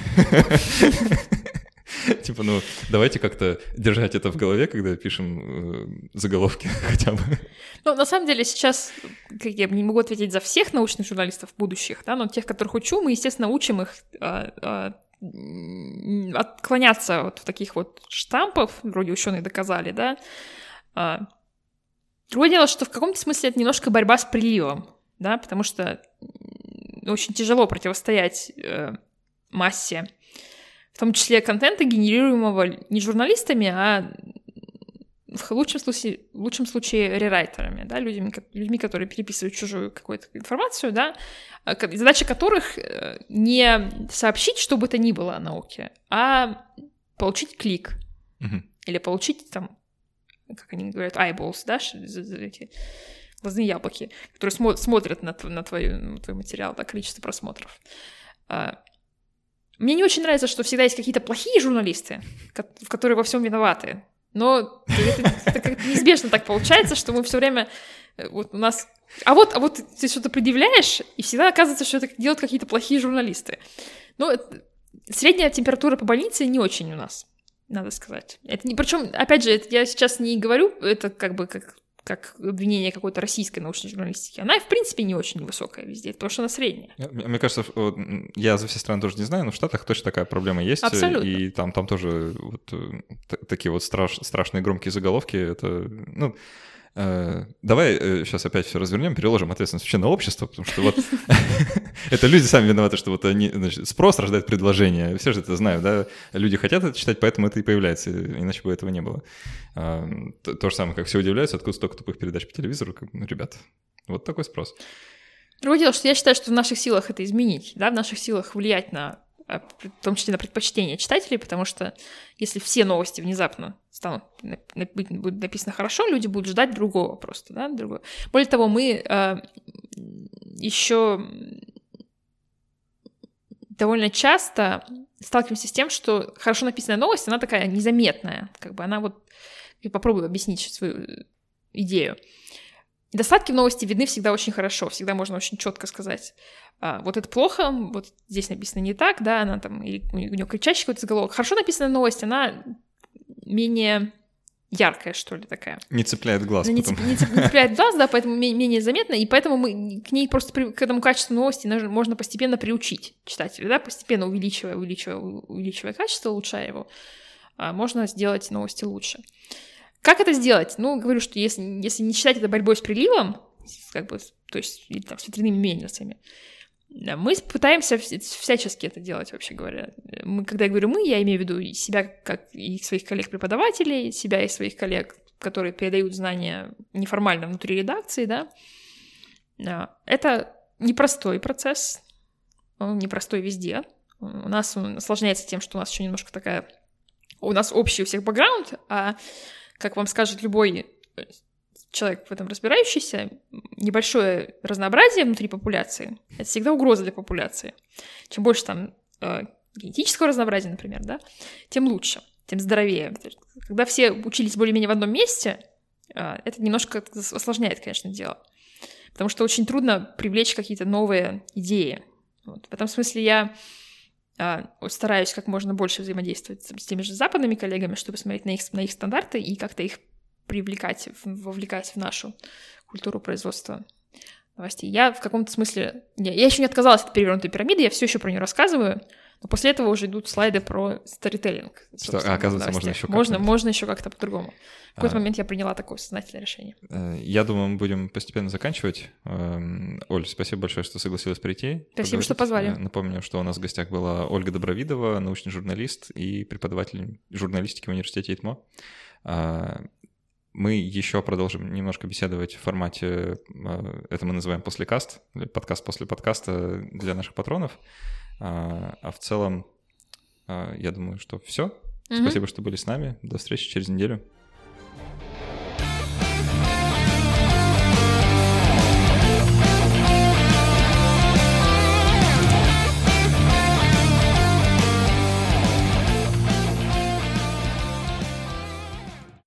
Типа, ну, давайте как-то держать это в голове, когда пишем э, заголовки хотя бы. Ну, на самом деле, сейчас, как я не могу ответить за всех научных журналистов будущих, да, но тех, которых учу, мы, естественно, учим их а, а, отклоняться от таких вот штампов, вроде ученые доказали, да. Другое дело, что в каком-то смысле это немножко борьба с приливом, да, потому что очень тяжело противостоять э, массе, в том числе контента, генерируемого не журналистами, а в лучшем случае, в лучшем случае рерайтерами, да, людьми, людьми, которые переписывают чужую какую-то информацию, да, задача которых не сообщить что бы то ни было о науке, а получить клик. Mm-hmm. Или получить там, как они говорят, eyeballs, да, эти глазные яблоки, которые смо- смотрят на, на, твою, на твой материал, да, количество просмотров. Мне не очень нравится, что всегда есть какие-то плохие журналисты, которые во всем виноваты. Но это, это как неизбежно так получается, что мы все время вот у нас... А вот, а вот ты что-то предъявляешь, и всегда оказывается, что это делают какие-то плохие журналисты. Но это... средняя температура по больнице не очень у нас, надо сказать. Это не... Причем, опять же, это я сейчас не говорю, это как бы как, как обвинение какой-то российской научной журналистики. Она, в принципе, не очень высокая везде, потому что она средняя. Мне кажется, я за все страны тоже не знаю, но в Штатах точно такая проблема есть. Абсолютно. И там, там тоже вот такие вот страш, страшные громкие заголовки. Это, ну, э, давай э, сейчас опять все развернем, переложим ответственность вообще на общество, потому что вот это люди сами виноваты, что вот они, значит, спрос рождает предложение. Все же это знают, да? Люди хотят это читать, поэтому это и появляется, иначе бы этого не было. То же самое, как все удивляются, откуда столько тупых передач по телевизору. Ну, ребят, вот такой спрос. Другое дело, что я считаю, что в наших силах это изменить, да, в наших силах влиять на, в том числе на предпочтения читателей, потому что если все новости внезапно станут, будет написано хорошо, люди будут ждать другого просто, да, другого. Более того, мы э, еще довольно часто сталкиваемся с тем, что хорошо написанная новость, она такая незаметная, как бы она вот... Я попробую объяснить свою идею. Недостатки в новости видны всегда очень хорошо, всегда можно очень четко сказать. А, вот это плохо, вот здесь написано не так, да, она там, или у нее кричащий какой-то заголовок. Хорошо написанная новость, она менее яркая, что ли, такая. Не цепляет глаз. Она не, цеп, не, цеп, не цепляет глаз, да, поэтому менее заметна, и поэтому мы к ней просто, при, к этому качеству новости можно постепенно приучить читателя, да, постепенно увеличивая, увеличивая, увеличивая качество, улучшая его, можно сделать новости лучше. Как это сделать? Ну, говорю, что если, если не считать это борьбой с приливом, как бы, то есть или, там, с ветряными мельницами, мы пытаемся всячески это делать, вообще говоря. Мы, когда я говорю «мы», я имею в виду и себя, как и своих коллег-преподавателей, себя и своих коллег, которые передают знания неформально внутри редакции, да. Это непростой процесс, он непростой везде. У нас он осложняется тем, что у нас еще немножко такая... У нас общий у всех бэкграунд, а, как вам скажет любой человек в этом разбирающийся, небольшое разнообразие внутри популяции — это всегда угроза для популяции. Чем больше там э, генетического разнообразия, например, да, тем лучше, тем здоровее. Когда все учились более-менее в одном месте, э, это немножко осложняет, конечно, дело. Потому что очень трудно привлечь какие-то новые идеи. Вот. В этом смысле я стараюсь как можно больше взаимодействовать с теми же западными коллегами, чтобы смотреть на их, на их стандарты и как-то их привлекать, вовлекать в нашу культуру производства новостей. Я в каком-то смысле... Я, я еще не отказалась от перевернутой пирамиды, я все еще про нее рассказываю, но после этого уже идут слайды про сторителлинг. Что, оказывается, можно еще как-то... Можно, можно еще как-то по-другому. В какой-то а... момент я приняла такое сознательное решение. Я думаю, мы будем постепенно заканчивать. Оль, спасибо большое, что согласилась прийти. Спасибо, поговорить. Что позвали. Напомню, что у нас в гостях была Ольга Добровидова, научный журналист и преподаватель журналистики в университете ИТМО. Мы еще продолжим немножко беседовать в формате, это мы называем послекаст, подкаст после подкаста для наших патронов. А в целом, я думаю, что все. Mm-hmm. Спасибо, что были с нами. До встречи через неделю.